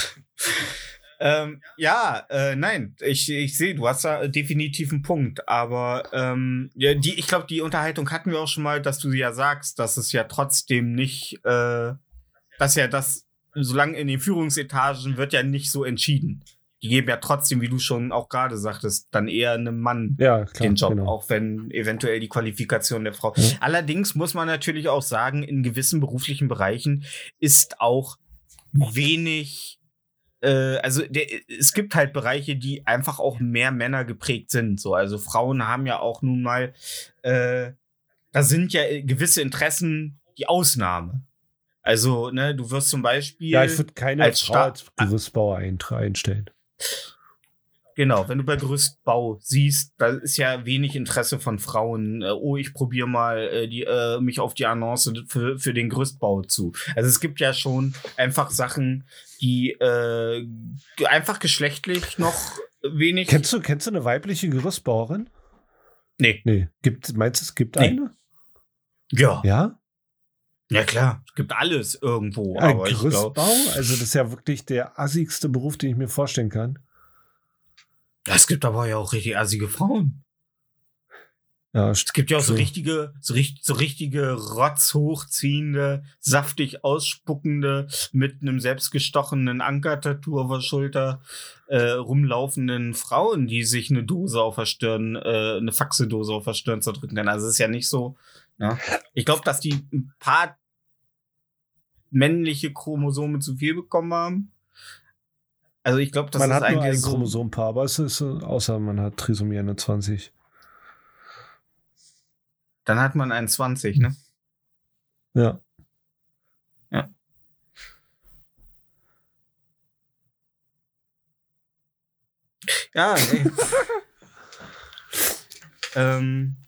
ähm, ja, äh, nein, ich, ich sehe, du hast da definitiv einen Punkt, aber ähm, ja, die, ich glaube, die Unterhaltung hatten wir auch schon mal, dass du ja sagst, dass es ja trotzdem nicht, äh, dass ja das, solange in den Führungsetagen wird ja nicht so entschieden. Die geben ja trotzdem, wie du schon auch gerade sagtest, dann eher einem Mann Ja, klar, den Job, genau. auch wenn eventuell die Qualifikation der Frau. Ja. Allerdings muss man natürlich auch sagen, in gewissen beruflichen Bereichen ist auch wenig, äh, also der, es gibt halt Bereiche, die einfach auch mehr Männer geprägt sind. So, also Frauen haben ja auch nun mal, äh, da sind ja gewisse Interessen die Ausnahme. Also, ne, du wirst zum Beispiel Ja, ich würde keine als Frau Sta- als Gerüstbauer ein, einstellen. Genau, wenn du bei Gerüstbau siehst, da ist ja wenig Interesse von Frauen. Äh, oh, ich probiere mal äh, die, äh, mich auf die Annonce für, für den Gerüstbau zu. Also es gibt ja schon einfach Sachen, die äh, ge- einfach geschlechtlich noch wenig. Kennst du, kennst du eine weibliche Gerüstbauerin? Nee. Nee. Gibt, meinst du, es gibt Nee. eine? Ja. Ja? Ja klar, es gibt alles irgendwo. Ein aber ich Gerüstbau? glaube, Also das ist ja wirklich der assigste Beruf, den ich mir vorstellen kann. es gibt aber ja auch richtig assige Frauen. Ja, Es gibt ja auch so True. richtige, so, richt, so richtige rotzhochziehende, saftig ausspuckende, mit einem selbstgestochenen Anker-Tattoo auf der Schulter äh, rumlaufenden Frauen, die sich eine Dose auf der Stirn, äh, eine Faxedose auf der Stirn zerdrücken können. Also es ist ja nicht so. Ja. Ich glaube, dass die ein paar männliche Chromosome zu viel bekommen haben. Also ich glaube, das man ist hat nur eigentlich ein so. Chromosompaar, aber es ist, äh, außer man hat Trisomie einundzwanzig. Dann hat man einen zwanzig, ne? Ja. Ja. Ja, ey. ähm,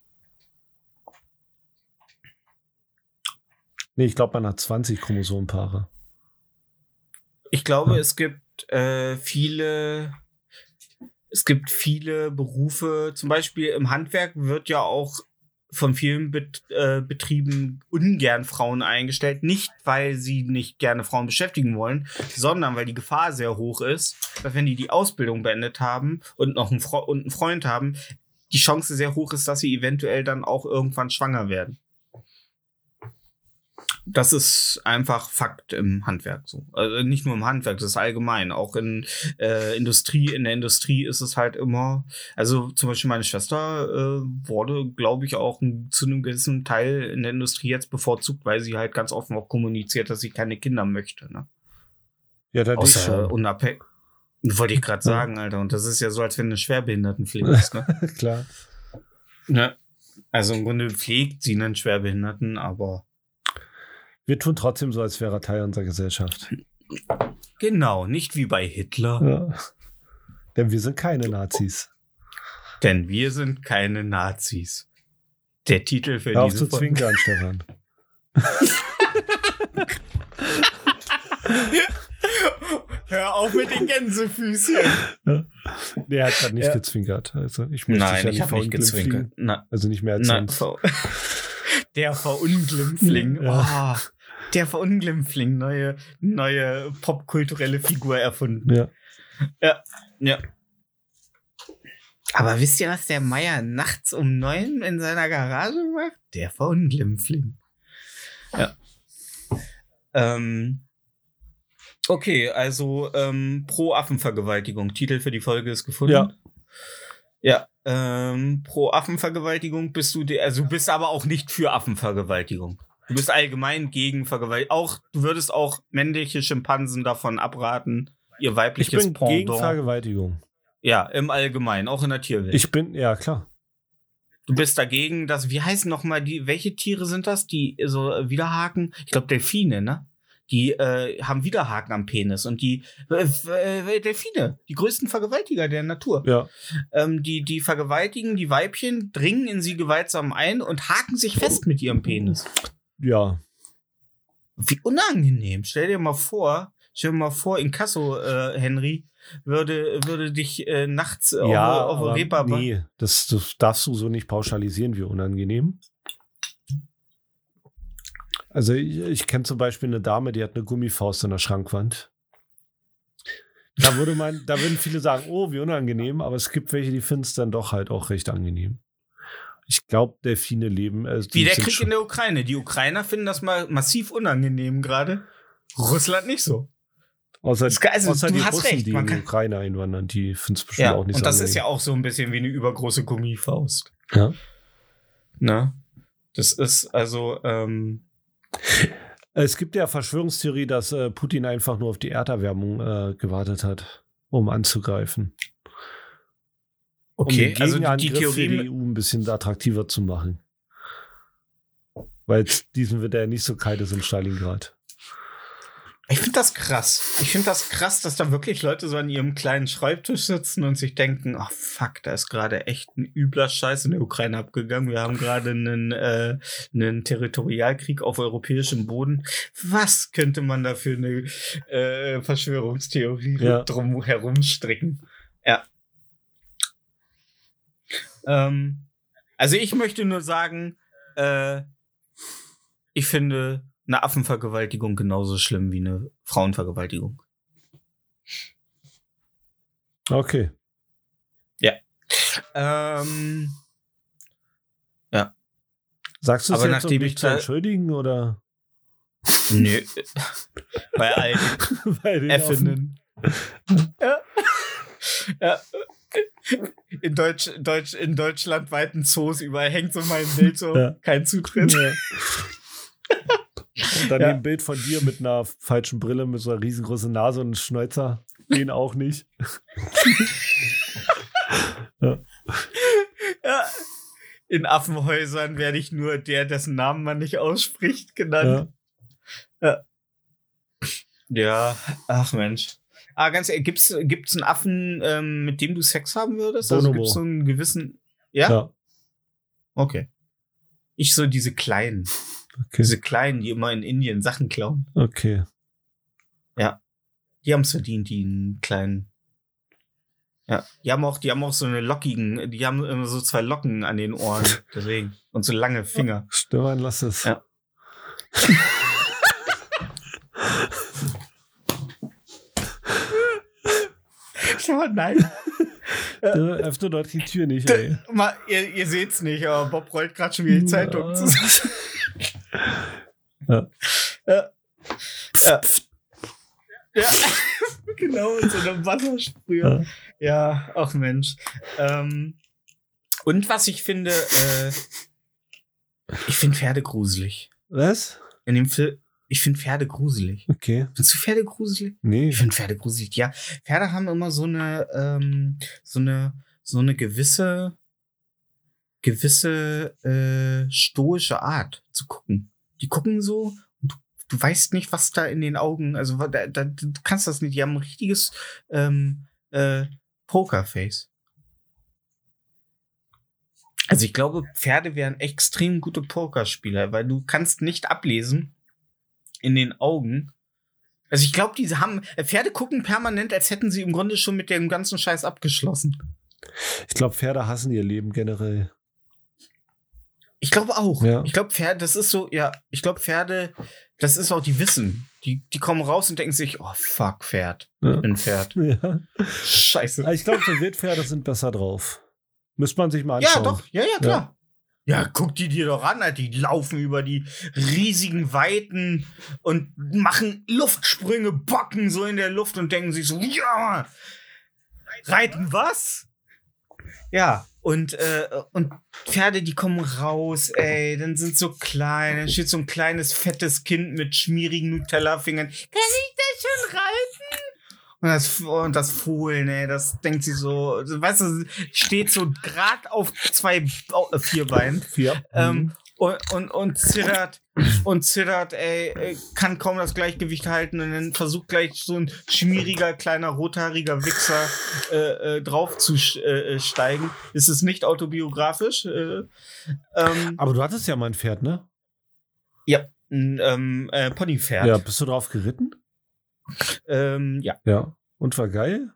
Nee, ich glaube, man hat zwanzig Chromosompaare. ich glaube, Ja. es gibt äh, viele, es gibt viele Berufe, zum Beispiel im Handwerk wird ja auch von vielen Bet äh, Betrieben ungern Frauen eingestellt. Nicht, weil sie nicht gerne Frauen beschäftigen wollen, sondern weil die Gefahr sehr hoch ist, dass wenn die die Ausbildung beendet haben und noch einen, Fre und einen Freund haben, die Chance sehr hoch ist, dass sie eventuell dann auch irgendwann schwanger werden. Das ist einfach Fakt im Handwerk so. Also nicht nur im Handwerk, das ist allgemein. Auch in äh, Industrie, in der Industrie ist es halt immer, also zum Beispiel meine Schwester äh, wurde, glaube ich, auch ein, zu einem gewissen Teil in der Industrie jetzt bevorzugt, weil sie halt ganz offen auch kommuniziert, dass sie keine Kinder möchte. Ne? Ja, das ist Außer schon. unabhängig. Wollte ich gerade Ja. sagen, Alter. Und das ist ja so, als wenn eine Schwerbehindertenpflege ist, ne? Klar. Ne? Also im Grunde pflegt sie einen Schwerbehinderten, aber Wir tun trotzdem so, als wäre er Teil unserer Gesellschaft. genau, nicht wie bei Hitler. Ja. Denn wir sind keine Nazis. Denn wir sind keine Nazis. Der Titel für Hör auf diese zu Folge. zwinkern, Stefan. Hör auf mit den Gänsefüßchen. Nee, er hat gerade nicht Ja. gezwinkert. Also ich möchte dich Nein, ja ich nicht habe nicht verunglimpfen. gezwinkert. Na, Also nicht mehr als na, sonst. ver der Verunglimpfling. Ja. Oh, der Verunglimpfling. Neue, neue popkulturelle Figur erfunden. Ja. Ja, ja. Aber wisst ihr, was der Meier nachts um neun in seiner Garage macht? Der Verunglimpfling. Ja. Ähm, okay, also ähm, pro Affenvergewaltigung. Titel für die Folge ist gefunden. Ja. Ja, ähm, pro Affenvergewaltigung bist du, de- also du bist aber auch nicht für Affenvergewaltigung. Du bist allgemein gegen Vergewaltigung. Auch, du würdest auch männliche Schimpansen davon abraten, ihr Ich weibliches bin gegen Pendant. Vergewaltigung. Ja, im Allgemeinen, auch in der Tierwelt. Ich bin, ja klar. Du bist dagegen, dass, wie heißen noch mal die, welche Tiere sind das, die so äh, Widerhaken? Ich glaube Delfine, ne? Die äh, haben Widerhaken am Penis und die äh, äh, Delfine, die größten Vergewaltiger der Natur. Ja. Ähm, die, die vergewaltigen die Weibchen, dringen in sie gewaltsam ein und haken sich fest mit ihrem Penis. Ja. Wie unangenehm. Stell dir mal vor, stell dir mal vor, Inkasso, äh, Henry, würde, würde dich äh, nachts äh, ja, auf, auf aber Reeperbahn. nee, das, das darfst du so nicht pauschalisieren, wie unangenehm. Also ich, ich kenne zum Beispiel eine Dame, die hat eine Gummifaust in der Schrankwand. Da würde man, da würden viele sagen, oh, wie unangenehm, aber es gibt welche, die finden es dann doch halt auch recht angenehm. Ich glaube, Delfine leben. Äh, die Wie der sind Krieg schon- in der Ukraine. Die Ukrainer finden das mal massiv unangenehm gerade. Russland nicht so. Außer, Das ist geil, also außer du die hast Russen, recht, die man in die kann- Ukraine einwandern, die finden es bestimmt Ja, auch nicht und so das angenehm. ist ja auch so ein bisschen wie eine übergroße Gummifaust. Ja. Ne? Das ist also, ähm, Es gibt ja Verschwörungstheorie, dass äh, Putin einfach nur auf die Erderwärmung äh, gewartet hat, um anzugreifen. okay, um den also die Gegenangriff für Theorie. die E U ein bisschen attraktiver zu machen. Weil diesen wird er nicht so kalt ist in Stalingrad. Ich finde das krass. Ich finde das krass, dass da wirklich Leute so an ihrem kleinen Schreibtisch sitzen und sich denken, ach fuck, da ist gerade echt ein übler Scheiß in der Ukraine abgegangen. Wir haben gerade einen, äh, einen Territorialkrieg auf europäischem Boden. Was könnte man da für eine äh, Verschwörungstheorie Ja. drum herum stricken? Ja. Ähm, also ich möchte nur sagen, äh, ich finde eine Affenvergewaltigung genauso schlimm wie eine Frauenvergewaltigung. Okay. Ähm, Sagst du es Aber jetzt, um nachdem dich ich zu da- entschuldigen oder nö. Bei allen bei den Effinnen. ja. ja. In, Deutsch, Deutsch, in deutschlandweiten Zoos überall hängt so mein Bild so, Ja. kein Zutritt. Ja. Und dann Ja. ein Bild von dir mit einer falschen Brille, mit so einer riesengroßen Nase und einem Schnäuzer. Den auch nicht. Ja. In Affenhäusern werde ich nur der, dessen Namen man nicht ausspricht, genannt. Ja. Ja, ach Mensch. Ah, ganz ehrlich, gibt's, gibt's einen Affen, ähm, mit dem du Sex haben würdest? Also Bonobo. gibt's so einen gewissen. Ja? Ja. Okay. Ich so diese kleinen. Okay. Diese kleinen, die immer in Indien Sachen klauen. Okay. Die haben es verdient, die einen kleinen. Ja. Die haben auch, die haben auch so eine lockigen, die haben immer so zwei Locken an den Ohren. Deswegen. Und so lange Finger. Stefan, lass es. Ja. Schau mal, nein. Ja. Öffne dort die Tür nicht, ey. Mal, ihr, ihr seht's nicht, aber Bob rollt gerade schon wieder die Zeitung zusammen. Ja. Ja. Ja. Ja. Genau, in so einem Wassersprüher. Ja, ach Mensch. Ähm, und was ich finde, äh, ich finde Pferde gruselig. Was? In dem Film, ich finde Pferde gruselig. Okay. Findest du Pferde gruselig? Nee. Ich finde Pferde gruselig, ja. Pferde haben immer so eine, ähm, so eine, so eine gewisse, gewisse äh, stoische Art zu gucken. Die gucken so und du, du weißt nicht, was da in den Augen, also da, da, du kannst das nicht, die haben ein richtiges ähm, äh, Pokerface. Also ich glaube, Pferde wären extrem gute Pokerspieler, weil du kannst nicht ablesen in den Augen. Also ich glaube, diese haben Pferde gucken permanent, als hätten sie im Grunde schon mit dem ganzen Scheiß abgeschlossen. Ich glaube, Pferde hassen ihr Leben generell. Ich glaube auch. Ja. Ich glaube, Pferde, das ist so, ja, ich glaube, Pferde, das ist auch, die wissen. Die, die kommen raus und denken sich, oh fuck, Pferd. Ja. Ich bin Pferd. Ja. Scheiße. Aber ich glaube, so Wildpferde sind besser drauf. Müsste man sich mal Ja, anschauen. doch, ja, ja, klar. Ja, guck die dir doch an, Alter. Die laufen über die riesigen Weiten und machen Luftsprünge, bocken so in der Luft und denken sich so, ja, reiten was? Ja, und, äh, und Pferde, die kommen raus, ey, dann sind so klein, dann steht so ein kleines, fettes Kind mit schmierigen Nutella-Fingern. Kann ich das schon reiten? Und das, und das Fohlen, ey, das denkt sie so, weißt du, steht so gerade auf zwei, äh, vier Beinen. Vier. Ähm, und, und, und zittert, und zittert, ey, kann kaum das Gleichgewicht halten und dann versucht gleich so ein schmieriger, kleiner, rothaariger Wichser äh, äh, drauf zu äh, steigen. Ist es nicht autobiografisch? Äh, ähm, Aber du hattest ja mal ein Pferd, ne? ja, ein ähm, äh, Ponypferd. Ja, bist du drauf geritten? Ähm, ja. Ja. Und war geil?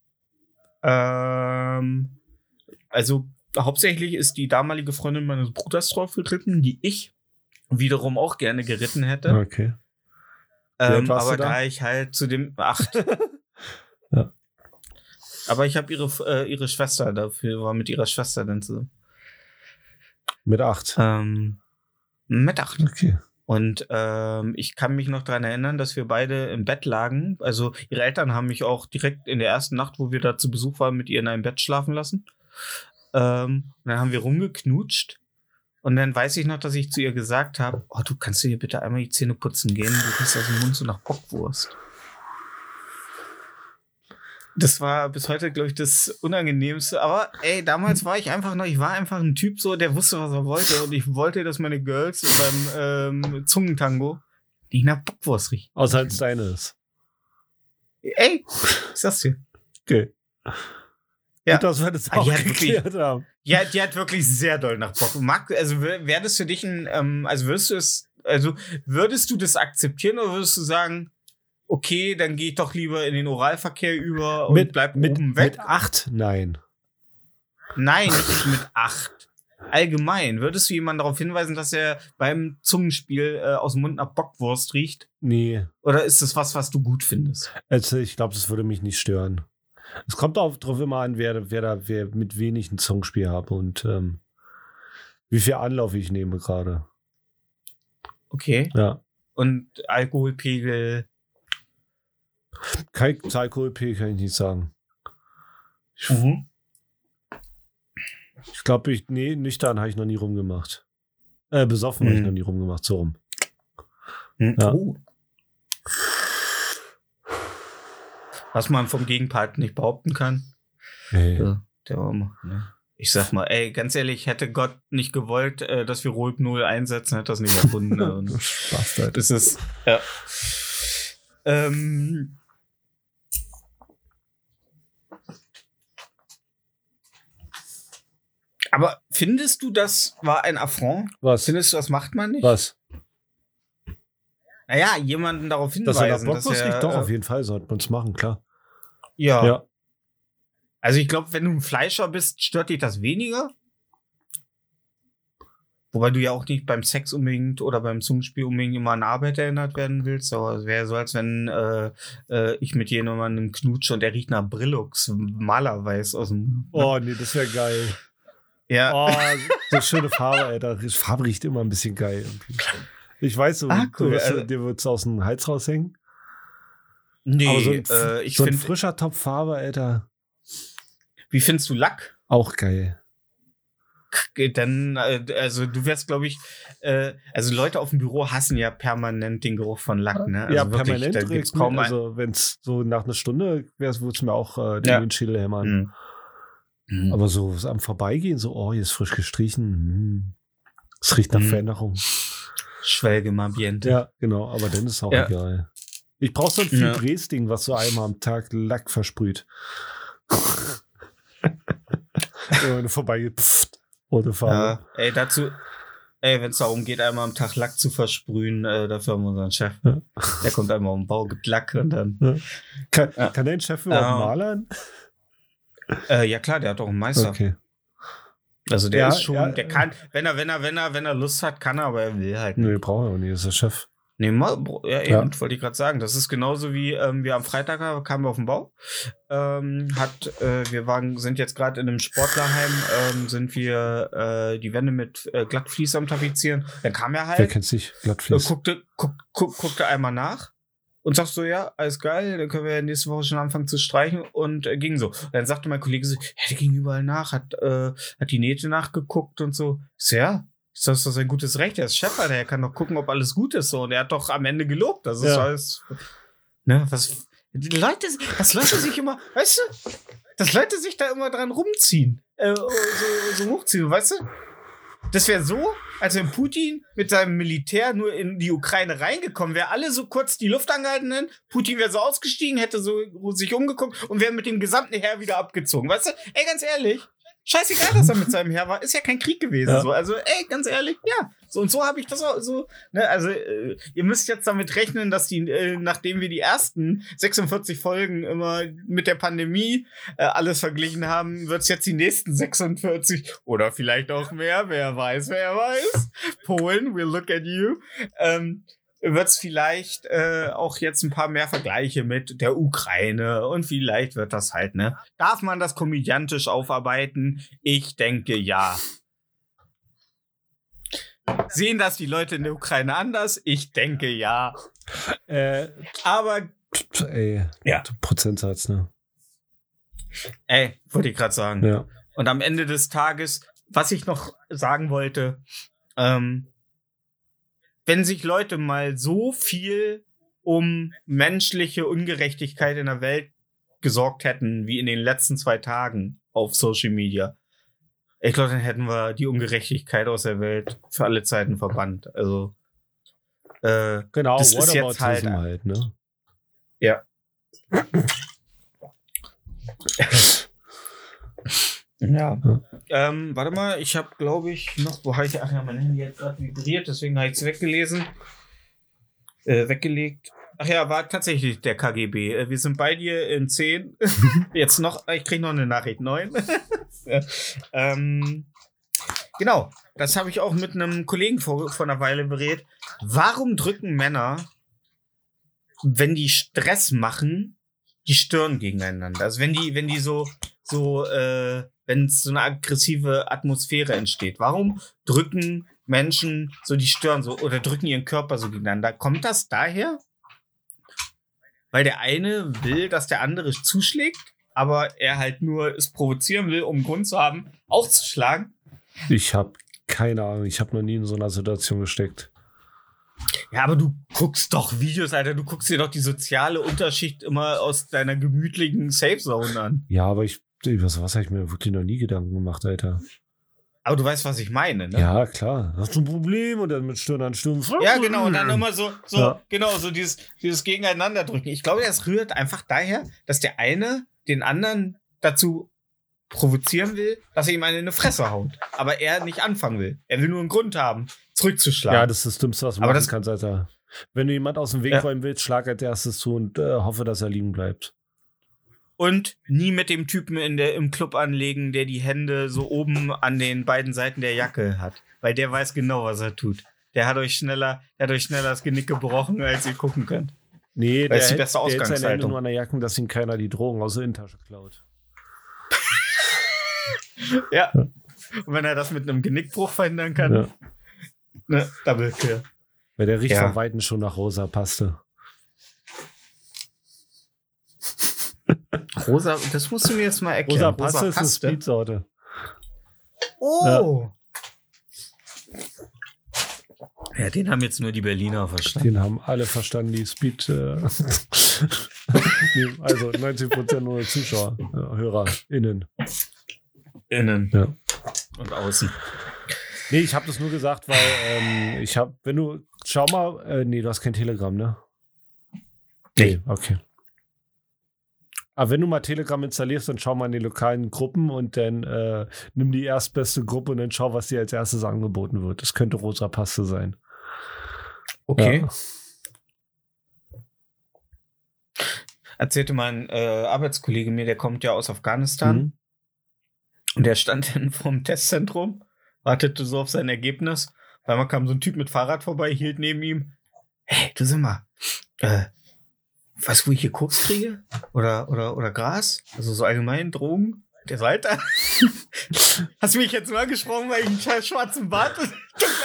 Ähm, also hauptsächlich ist die damalige Freundin meines Bruders drauf geritten, die ich wiederum auch gerne geritten hätte. Okay. Wie alt Ähm, warst aber du da? da ich halt zu dem acht. Ja. Aber ich habe ihre äh, ihre Schwester dafür war mit ihrer Schwester dann zusammen. Mit acht. Ähm, mit acht. Okay. Und ähm, ich kann mich noch daran erinnern, dass wir beide im Bett lagen. Also ihre Eltern haben mich auch direkt in der ersten Nacht, wo wir da zu Besuch waren, mit ihr in einem Bett schlafen lassen. Ähm, und dann haben wir rumgeknutscht. Und dann weiß ich noch, dass ich zu ihr gesagt habe, oh, du kannst dir bitte einmal die Zähne putzen gehen. Du riechst aus dem Mund so nach Bockwurst. Das war bis heute, glaube ich, das Unangenehmste. Aber ey, damals war ich einfach noch, ich war einfach ein Typ so, der wusste, was er wollte. Und ich wollte, dass meine Girls beim ähm, Zungentango nicht nach Bockwurst riechen. Außer als deine ist. Ey, was ist das hier? Okay. Ja. Gut, dass wir das Ah, auch die hat wirklich- geklärt haben. Ja, die hat wirklich sehr doll nach Bock. Mag, also wäre das für dich ein, ähm, also würdest du es, also würdest du das akzeptieren oder würdest du sagen, okay, dann gehe ich doch lieber in den Oralverkehr über und Mit, bleib mit, oben weg? mit acht? Nein. Nein, nicht mit acht. Allgemein, würdest du jemanden darauf hinweisen, dass er beim Zungenspiel äh, aus dem Mund nach Bockwurst riecht? Nee. Oder ist das was, was du gut findest? Also ich glaube, das würde mich nicht stören. Es kommt auch drauf immer an, wer, wer da wer mit wenig ein Zungenspiel habe und ähm, wie viel Anlauf ich nehme gerade. Okay. Ja. Und Alkoholpegel? Kein Alkoholpegel kann ich nicht sagen. Ich, Mhm. ich glaube, ich, nee, nüchtern habe ich noch nie rumgemacht. Äh, besoffen habe ich Mhm. noch nie rumgemacht, so rum. Hm. Ja. Oh. Was man vom Gegenpart nicht behaupten kann. Nee. Ja, der war immer, ne? Ich sag mal, ey, ganz ehrlich, hätte Gott nicht gewollt, äh, dass wir Rohypnol einsetzen, hätte das nicht erfunden. Ne? Und Spaß halt. das ist, ja. Ähm, aber findest du, das war ein Affront? Was? Findest du, das macht man nicht? Was? Naja, jemanden darauf Dass er nach hinweisen, dass Bockwurst er, riecht? Doch, äh, auf jeden Fall sollte man es machen, klar. ja. Ja. Also ich glaube, wenn du ein Fleischer bist, stört dich das weniger. Wobei du ja auch nicht beim Sex unbedingt oder beim Zungenspiel unbedingt immer an Arbeit erinnert werden willst. Aber es wäre so, als wenn äh, äh, ich mit jemandem knutsche und der riecht nach Brillux, Malerweiß aus dem Mund. Oh, nee, das wäre geil. Ja. Oh, so schöne Farbe, Alter. Farbe riecht immer ein bisschen geil. Irgendwie. Ich weiß, so, Ah, cool, du wirst, also- dir wird es aus dem Hals raushängen. Nee, Aber so ein, äh, ich so ein finde, frischer Topf Farbe, Alter, wie findest du Lack? auch geil. Dann, äh, also du wärst, glaube ich, äh, also Leute auf dem Büro hassen ja permanent den Geruch von Lack, ne? Also ja, wirklich, permanent da gibt's direkt kaum mit, ein- also wenn es so nach einer Stunde wäre, würde es mir auch äh, den Ja. Windschädel hämmern. Mhm. Mhm. Aber so am Vorbeigehen, so, oh, hier ist frisch gestrichen. Hm. Es riecht nach Mhm. Veränderung. Schwelge im Ambiente. Ja, genau, aber dann ist auch Ja. egal. Ich brauche so ein Ja. Fibres-Ding, was so einmal am Tag Lack versprüht. Wenn du vorbeigeht, pfft, rote Farbe. Ja, ey, dazu, ey, wenn es darum geht, einmal am Tag Lack zu versprühen, äh, dafür haben wir unseren Chef. Ja. Der kommt einmal um den Bau, gibt Lack und dann. Kann, Ja. kann dein Chef überhaupt Ja. malern? Äh, ja klar, der hat doch einen Meister. Okay. Also der Ja, ist schon, ja, der äh. kann, wenn er, wenn er, wenn er, wenn er Lust hat, kann er, aber er will halt nicht. Nee, braucht er auch nicht, ist der Chef. Nee, mal, bro- ja, Ja. eben, wollte ich gerade sagen. Das ist genauso wie ähm, wir am Freitag kamen wir auf den Bau. Ähm, hat, äh, wir waren, sind jetzt gerade in einem Sportlerheim, ähm, sind wir äh, die Wände mit äh, Glattflies am Tapezieren. Dann kam er Wer halt, kennt's nicht? äh, Glattflies. guckte, guck, guck, guckte einmal nach und sagte so, ja, alles geil, dann können wir nächste Woche schon anfangen zu streichen und äh, ging so. Dann sagte mein Kollege so, ja, der ging überall nach, hat, äh, hat die Nähte nachgeguckt und so. Ich so, ja. Ist das doch sein gutes Recht? Er ist Chef, der kann doch gucken, ob alles gut ist. So. Und er hat doch am Ende gelobt. Das ist Ja. alles. Ne, was. Die Leute, dass Leute sich immer, weißt du, dass Leute sich da immer dran rumziehen. Äh, so, so hochziehen, weißt du? Das wäre so, als wenn Putin mit seinem Militär nur in die Ukraine reingekommen wäre, alle so kurz die Luft angehalten hätten, Putin wäre so ausgestiegen, hätte so sich umgeguckt und wäre mit dem gesamten Heer wieder abgezogen. Weißt du? Ey, ganz ehrlich. Scheißegal, dass er mit seinem Heer war. Ist ja kein Krieg gewesen. Ja. So. Also, ey, ganz ehrlich, ja. So und so habe ich das auch so. Ne? Also, äh, ihr müsst jetzt damit rechnen, dass die, äh, nachdem wir die ersten sechsundvierzig Folgen immer mit der Pandemie äh, alles verglichen haben, wird es jetzt die nächsten sechsundvierzig oder vielleicht auch mehr. Wer weiß, wer weiß. Polen, we'll look at you. Ähm, wird es vielleicht äh, auch jetzt ein paar mehr Vergleiche mit der Ukraine und vielleicht wird das halt, ne? Darf man das komödiantisch aufarbeiten? Ich denke, ja. Sehen das die Leute in der Ukraine anders? Ich denke, ja. Äh, Aber, ey, Ja. Prozentsatz, ne? ey, wollte ich gerade sagen. Ja. Und am Ende des Tages, was ich noch sagen wollte, ähm, wenn sich Leute mal so viel um menschliche Ungerechtigkeit in der Welt gesorgt hätten, wie in den letzten zwei Tagen auf Social Media, ich glaube, dann hätten wir die Ungerechtigkeit aus der Welt für alle Zeiten verbannt. Also, äh, Genau, Das ist jetzt Whataboutism halt- halt, ne? ja. Ja. Ähm, warte mal, ich habe, glaube ich, noch, wo habe ich, ach ja, mein Handy hat gerade vibriert, deswegen habe ich es weggelesen, äh, weggelegt. Ach ja, war tatsächlich der K G B. Äh, Wir sind bei dir in zehn. Jetzt noch, ich kriege noch eine Nachricht, neun. ja. ähm, genau, das habe ich auch mit einem Kollegen vor, vor einer Weile beredet. Warum drücken Männer, wenn die Stress machen, die Stirn gegeneinander? Also wenn die, wenn die so, so, äh, wenn so eine aggressive Atmosphäre entsteht. Warum drücken Menschen so die Stirn so oder drücken ihren Körper so gegeneinander? Kommt das daher? Weil der eine will, dass der andere zuschlägt, aber er halt nur es provozieren will, um einen Grund zu haben, aufzuschlagen. Ich habe keine Ahnung, ich habe noch nie in so einer Situation gesteckt. Ja, aber du guckst doch Videos, Alter. Du guckst dir doch die soziale Unterschicht immer aus deiner gemütlichen Safe Zone an. Ja, aber ich, über sowas habe ich mir wirklich noch nie Gedanken gemacht, Alter. Aber du weißt, was ich meine, ne? Ja, klar. Hast du ein Problem? Und dann mit Stirn an Stirn. Ja, genau. Und dann immer so, so, Ja. genau, so dieses, dieses Gegeneinanderdrücken. Ich glaube, das rührt einfach daher, dass der eine den anderen dazu provozieren will, dass er ihm eine in die Fresse haut. Aber er nicht anfangen will. Er will nur einen Grund haben, zurückzuschlagen. Ja, das ist das Dümmste, was du Aber machen das- kannst, Alter. Wenn du jemand aus dem Weg Ja. räumen willst, schlag als erstes zu und äh, hoffe, dass er liegen bleibt. Und nie mit dem Typen in der, im Club anlegen, der die Hände so oben an den beiden Seiten der Jacke hat. Weil der weiß genau, was er tut. Der hat euch schneller, der hat euch schneller das Genick gebrochen, als ihr gucken könnt. Nee, Weil der, es die hält- beste der hält seine Hände Ausgangshaltung. nur an der Jacke, dass ihm keiner die Drogen aus der Innentasche klaut. Ja. Und wenn er das mit einem Genickbruch verhindern kann, Ja. ne, Double Kill. Weil der riecht Ja. von Weitem schon nach rosa Paste. Rosa, das musst du mir jetzt mal erklären. Rosa Paste ist eine Speedsorte. Oh! Ja, den haben jetzt nur die Berliner verstanden. Den haben alle verstanden, die Speed. Äh nee, also neunzig Prozent nur Zuschauer, äh, HörerInnen. Innen Ja. und außen. Nee, ich habe das nur gesagt, weil ähm, ich habe, wenn du, schau mal, äh, nee, du hast kein Telegram, ne? Nee, okay. Aber wenn du mal Telegram installierst, dann schau mal in die lokalen Gruppen und dann äh, nimm die erstbeste Gruppe und dann schau, was dir als erstes angeboten wird. Das könnte rosa Paste sein. Okay. Ja. Erzählte mein äh, Arbeitskollege mir, der kommt ja aus Afghanistan. Mhm. Und der stand dann vorm Testzentrum, wartete so auf sein Ergebnis. Weil man kam so ein Typ mit Fahrrad vorbei, hielt neben ihm. Hey, du sag mal, äh, weißt du, wo ich hier Koks kriege? Oder, oder, oder Gras? Also so allgemein Drogen? Der Walter? Hast du mich jetzt mal gesprochen, weil ich einen scheiß schwarzen Bart habe?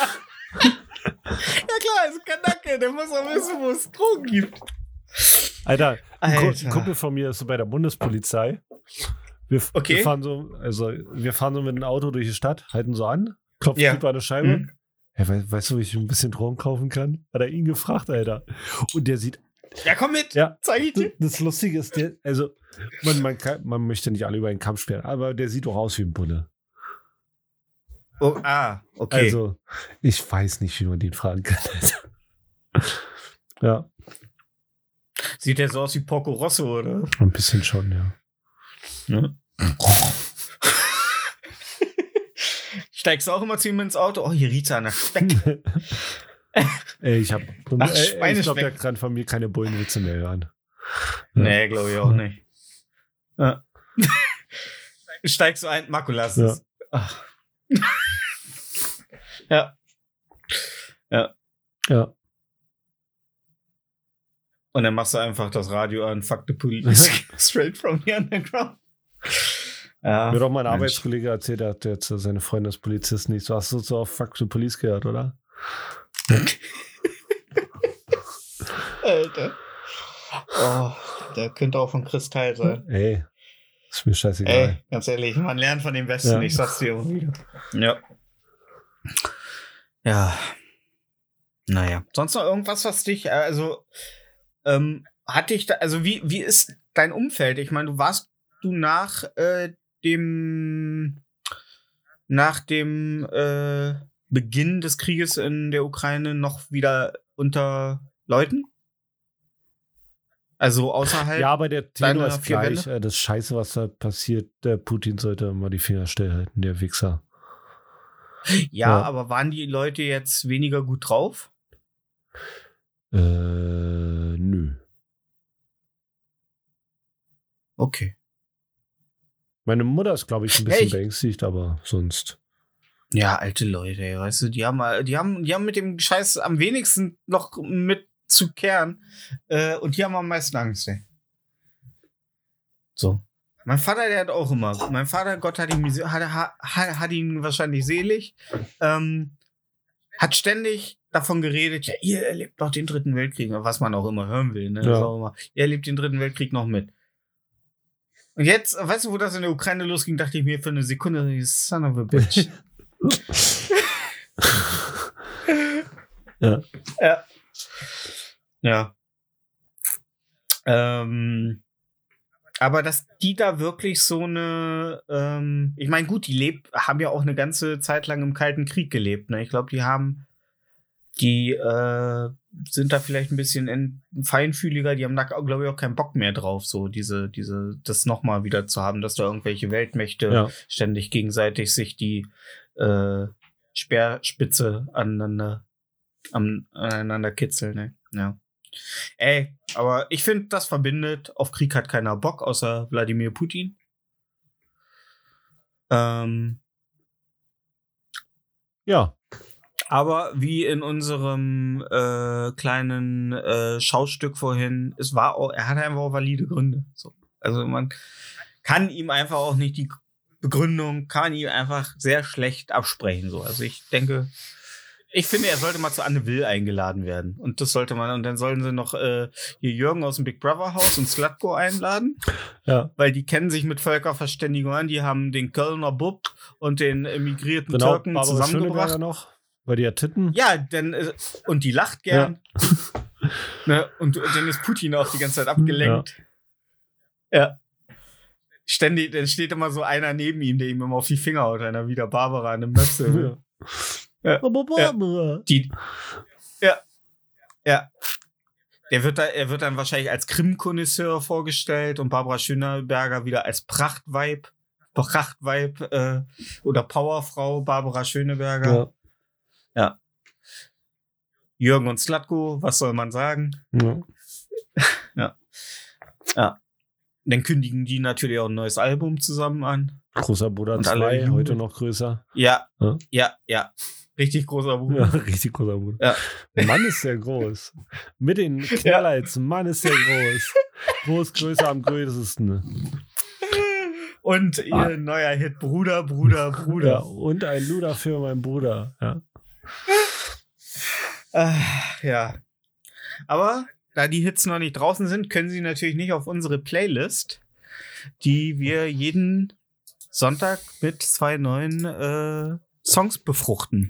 Ja klar, ist Kanake, der muss auch wissen, wo es Drogen gibt. Alter, ein, Ku- Alter. ein Kumpel von mir ist so bei der Bundespolizei. Wir, Okay. wir fahren so, also wir fahren so mit dem Auto durch die Stadt, halten so an, klopfen Ja. Typ an der Scheibe. Mhm. Hey, we weißt du, wo ich ein bisschen Drogen kaufen kann? Hat er ihn gefragt, Alter. Und der sieht, Ja, komm mit. ja, Zeig ich dir. das Lustige ist, der, also man, man, kann, man möchte nicht alle über einen Kampf sperren, aber der sieht doch aus wie ein Bulle. Oh, ah, okay. Also, ich weiß nicht, wie man den fragen kann. Ja, Sieht der so aus wie Porco Rosso, oder? ein bisschen schon, ja. Ne? Steigst du auch immer zu ihm ins Auto? Oh, hier riecht's an der Speck. Ey, ich hab, Ach, ey, ich glaube, Schweinespeck. der kann von mir keine Bullenwitze mehr hören. Nee, glaube ich auch nicht. Ja. Steigst du ein? Marco, lass Ja. es. Ach. Ja. Ja. Ja. Und dann machst du einfach das Radio an, fuck the police, straight from the underground. Ja. Mir hat auch mein Mensch. Arbeitskollege erzählt, der hat jetzt seine Freundin als Polizist nicht. So hast du so auf Fuck the Police gehört, oder? Alter. Oh, der könnte auch von Kristall sein. Ey, ist mir scheißegal. Ey, ganz ehrlich, man lernt von dem Besten, Ja. ich sag's dir immer wieder. Ja. Ja. Naja. Sonst noch irgendwas, was dich, also, ähm, hat dich da, also wie, wie ist dein Umfeld? Ich meine, du warst du nach äh, dem, nach dem äh, Beginn des Krieges in der Ukraine noch wieder unter Leuten? Also außerhalb? Ja, aber der Tenor deine ist vier gleich. Wände? Äh, das Scheiße, was da passiert, der Putin sollte mal die Finger stillhalten, der Wichser. Ja, Ja. aber waren die Leute jetzt weniger gut drauf? Äh, nö. Okay. Meine Mutter ist, glaube ich, ein Ja, bisschen ich- beängstigt, aber sonst. Ja, alte Leute, ey, weißt du, die haben, mal- die haben, die haben mit dem Scheiß am wenigsten noch mit zu kehren äh, und die haben am meisten Angst, ey. So. Mein Vater, der hat auch immer, mein Vater, Gott hat ihn, hat, hat, hat ihn wahrscheinlich selig, ähm, hat ständig davon geredet, ja, ihr erlebt doch den Dritten Weltkrieg, was man auch immer hören will, ne? Ja. Das ist auch immer, ihr erlebt den Dritten Weltkrieg noch mit. Und jetzt, weißt du, wo das in der Ukraine losging, dachte ich mir für eine Sekunde, you son of a bitch. Ja. Ja. Ja. Ähm, aber dass die da wirklich so eine, ähm, ich meine, gut, die lebt, haben ja auch eine ganze Zeit lang im Kalten Krieg gelebt, ne? Ich glaube, die haben, die äh, sind da vielleicht ein bisschen in, feinfühliger, die haben da, glaube ich, auch keinen Bock mehr drauf, so diese, diese, das nochmal wieder zu haben, dass da irgendwelche Weltmächte Ja. ständig gegenseitig sich die äh, Speerspitze aneinander, am, aneinander kitzeln, ne? Ja. Ey, aber ich finde, das verbindet. Auf Krieg hat keiner Bock, außer Wladimir Putin. Ähm, Ja. aber wie in unserem äh, kleinen äh, Schaustück vorhin, es war auch, er hatte einfach auch valide Gründe. So. Also man kann ihm einfach auch nicht die Begründung, kann ihm einfach sehr schlecht absprechen. So. Also ich denke, ich finde, er sollte mal zu Anne Will eingeladen werden. Und das sollte man, und dann sollen sie noch äh, hier Jürgen aus dem Big Brother Haus und Slutko einladen, Ja. weil die kennen sich mit Völkerverständigung an, die haben den Kölner Bub und den emigrierten Genau, Türken Barbara Schöneberger zusammengebracht. noch, weil die ja Titten. Ja, denn, äh, und die lacht gern. Ne, und, und dann ist Putin auch die ganze Zeit abgelenkt. Ja. Ständig, dann steht immer so einer neben ihm, der ihm immer auf die Finger haut, einer wieder Barbara an der Möpse. Ja. Aber Barbara. Die, ja. Ja. Der wird da, er wird dann wahrscheinlich als Krim-Konnoisseur vorgestellt und Barbara Schöneberger wieder als Prachtweib. Prachtweib äh, oder Powerfrau Barbara Schöneberger. Ja. Ja. Jürgen und Slutko, was soll man sagen? Ja. Ja. Ja. Dann kündigen die natürlich auch ein neues Album zusammen an. Großer Bruder Und alle zwei, jubeln. heute noch größer. Ja, Ja. ja, ja. Richtig großer Ja, Bruder. richtig großer Bruder. Ja. Mann ist der groß. Mit den Knalllights, Mann ist der groß. Groß, größer, am größesten. Und ihr Ah. neuer Hit Bruder, Bruder, Ja, Bruder. und ein Luder für meinen Bruder. Ja. Ah, ja. Aber da die Hits noch nicht draußen sind, können sie natürlich nicht auf unsere Playlist, die wir jeden Sonntag mit zwei neuen äh, Songs befruchten.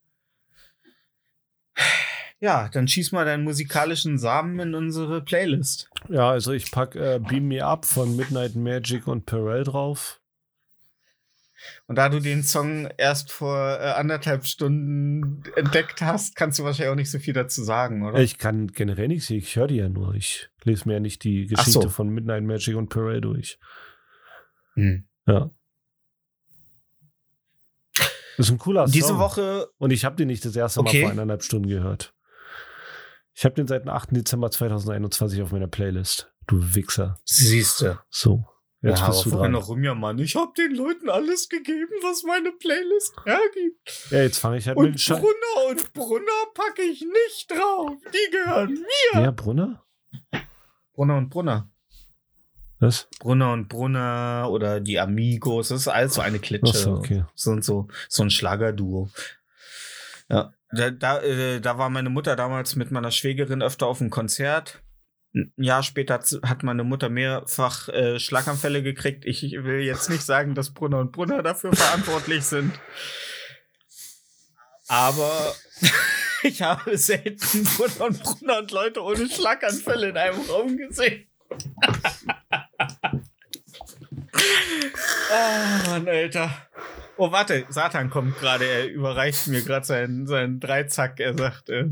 Ja, dann schieß mal deinen musikalischen Samen in unsere Playlist. Ja, also ich pack äh, Beam Me Up von Midnight Magic und Perel drauf. Und da du den Song erst vor äh, anderthalb Stunden entdeckt hast, kannst du wahrscheinlich auch nicht so viel dazu sagen, oder? Ich kann generell nichts, ich höre die ja nur. Ich lese mir ja nicht die Ach Geschichte so. von Midnight Magic und Perel durch. Hm. Ja. Ist ein cooler Song. Diese Woche, Und ich habe den nicht das erste Okay. Mal vor eineinhalb Stunden gehört. Ich habe den seit dem achten Dezember zweitausendeinundzwanzig auf meiner Playlist. Du Wichser. siehste. So, jetzt Ja, bist aber du vorher dran. noch rumjammern. Ich hab den Leuten alles gegeben, was meine Playlist hergibt. Ja, jetzt fange ich halt mit Und dem Scheiß. Brunner und Brunner packe ich nicht drauf. Die gehören mir. Ja, Brunner? Brunner und Brunner. Was? Brunner und Brunner oder die Amigos. Das ist alles so eine Klitsche. Achso, okay. So und so. So ein Schlagerduo. Ja. Da, da, äh, da war meine Mutter damals mit meiner Schwägerin öfter auf einem Konzert. Ein Jahr später hat- hat meine Mutter mehrfach äh, Schlaganfälle gekriegt. Ich will jetzt nicht sagen, dass Brunner und Brunner dafür verantwortlich sind. Aber ich habe selten Brunner und Brunner und Leute ohne Schlaganfälle in einem Raum gesehen. Oh Mann, Alter. Oh, warte, Satan kommt gerade. Er überreicht mir gerade seinen, seinen Dreizack. Er sagt, äh,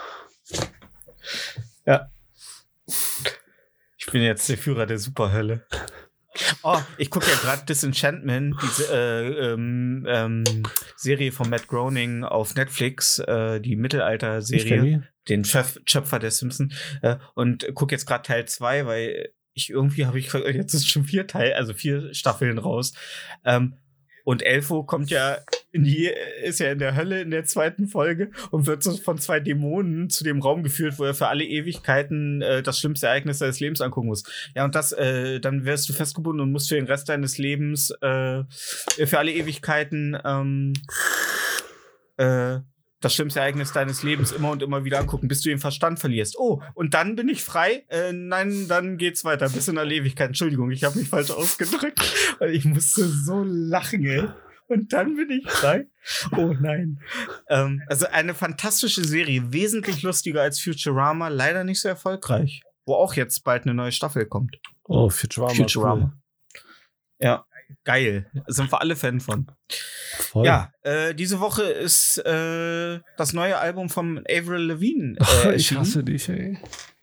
ja. Ich bin jetzt der Führer der Superhölle. Oh, ich gucke ja gerade Disenchantment, diese äh, ähm, ähm, Serie von Matt Groening auf Netflix, äh, die Ich kenn Mittelalter-Serie, die. den Chef, Schöpfer der Simpsons, äh, und gucke jetzt gerade Teil zwei, weil ich irgendwie habe ich, jetzt ist schon vier Teil, also vier Staffeln raus. Ähm, und Elfo kommt ja in die, ist ja in der Hölle in der zweiten Folge und wird so von zwei Dämonen zu dem Raum geführt, wo er für alle Ewigkeiten äh, das schlimmste Ereignis seines Lebens angucken muss. Ja, und das, äh, dann wirst du festgebunden und musst für den Rest deines Lebens äh, für alle Ewigkeiten ähm, äh, das schlimmste Ereignis deines Lebens immer und immer wieder angucken, bis du den Verstand verlierst. Oh, und dann bin ich frei? Äh, nein, dann geht's weiter, bis in der Ewigkeit. Entschuldigung, ich habe mich falsch ausgedrückt. Weil ich musste so lachen, ey. Und dann bin ich frei? Oh nein. Ähm, also eine fantastische Serie, wesentlich lustiger als Futurama, leider nicht so erfolgreich. Wo auch jetzt bald eine neue Staffel kommt. Oh, Futurama. Futurama. Ja, geil. Sind wir alle Fan von. Cool. Voll. Ja, äh, diese Woche ist äh, das neue Album von Avril Lavigne äh, Ach, ich erschienen. hasse dich, ey.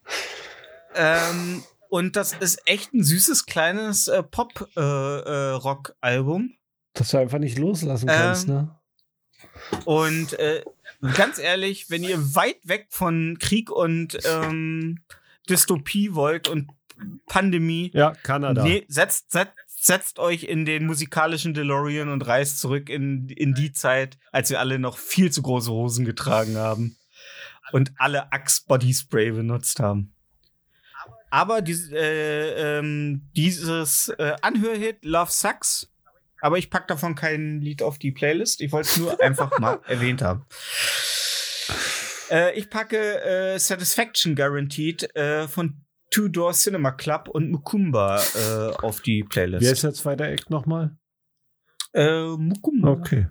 Ähm, und das ist echt ein süßes, kleines äh, Pop-Rock-Album. Dass du einfach nicht loslassen Ähm, kannst, ne? Und äh, ganz ehrlich, wenn ihr weit weg von Krieg und ähm, Dystopie wollt und Pandemie, Ja, Kanada. nee, setzt, setzt, setzt euch in den musikalischen DeLorean und reist zurück in, in die Zeit, als wir alle noch viel zu große Hosen getragen haben und alle Axe Body Spray benutzt haben. Aber dies, äh, ähm, dieses äh, Anhörhit Love Sucks, aber ich pack davon kein Lied auf die Playlist. Ich wollte es nur einfach mal erwähnt haben. Äh, ich packe äh, Satisfaction Guaranteed äh, von Two Door Cinema Club und Mukumba äh, auf die Playlist. Wie heißt der zweite Act nochmal? Äh, Mukumba. Okay.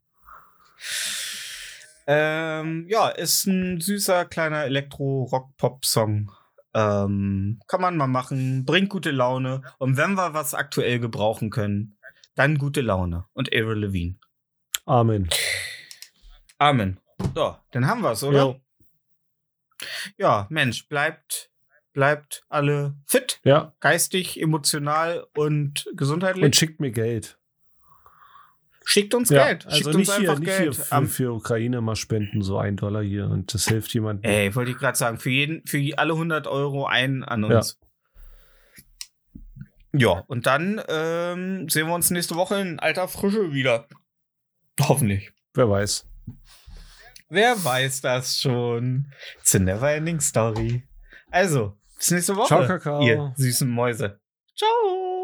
Ähm, ja, ist ein süßer kleiner Elektro-Rock-Pop-Song. Ähm, kann man mal machen, bringt gute Laune. Und wenn wir was aktuell gebrauchen können, dann gute Laune. Und Avril Lavigne. Amen. Amen. So, dann haben wir's, oder? Jo. Ja, Mensch, bleibt, bleibt alle fit, Ja, geistig, emotional und gesundheitlich. und schickt mir Geld. Schickt uns Ja, Geld. Schickt also uns nicht hier, einfach nicht Geld. hier für, Am- für Ukraine mal spenden, so ein Dollar hier und das hilft jemandem. Ey, wollte ich gerade sagen, für jeden, für alle hundert Euro ein an uns. Ja, und dann ähm, sehen wir uns nächste Woche in alter Frische wieder. Hoffentlich. Wer weiß. Wer weiß das schon? It's a never-ending story. Also, bis nächste Woche, Ciao, Kakao. ihr süßen Mäuse. Ciao.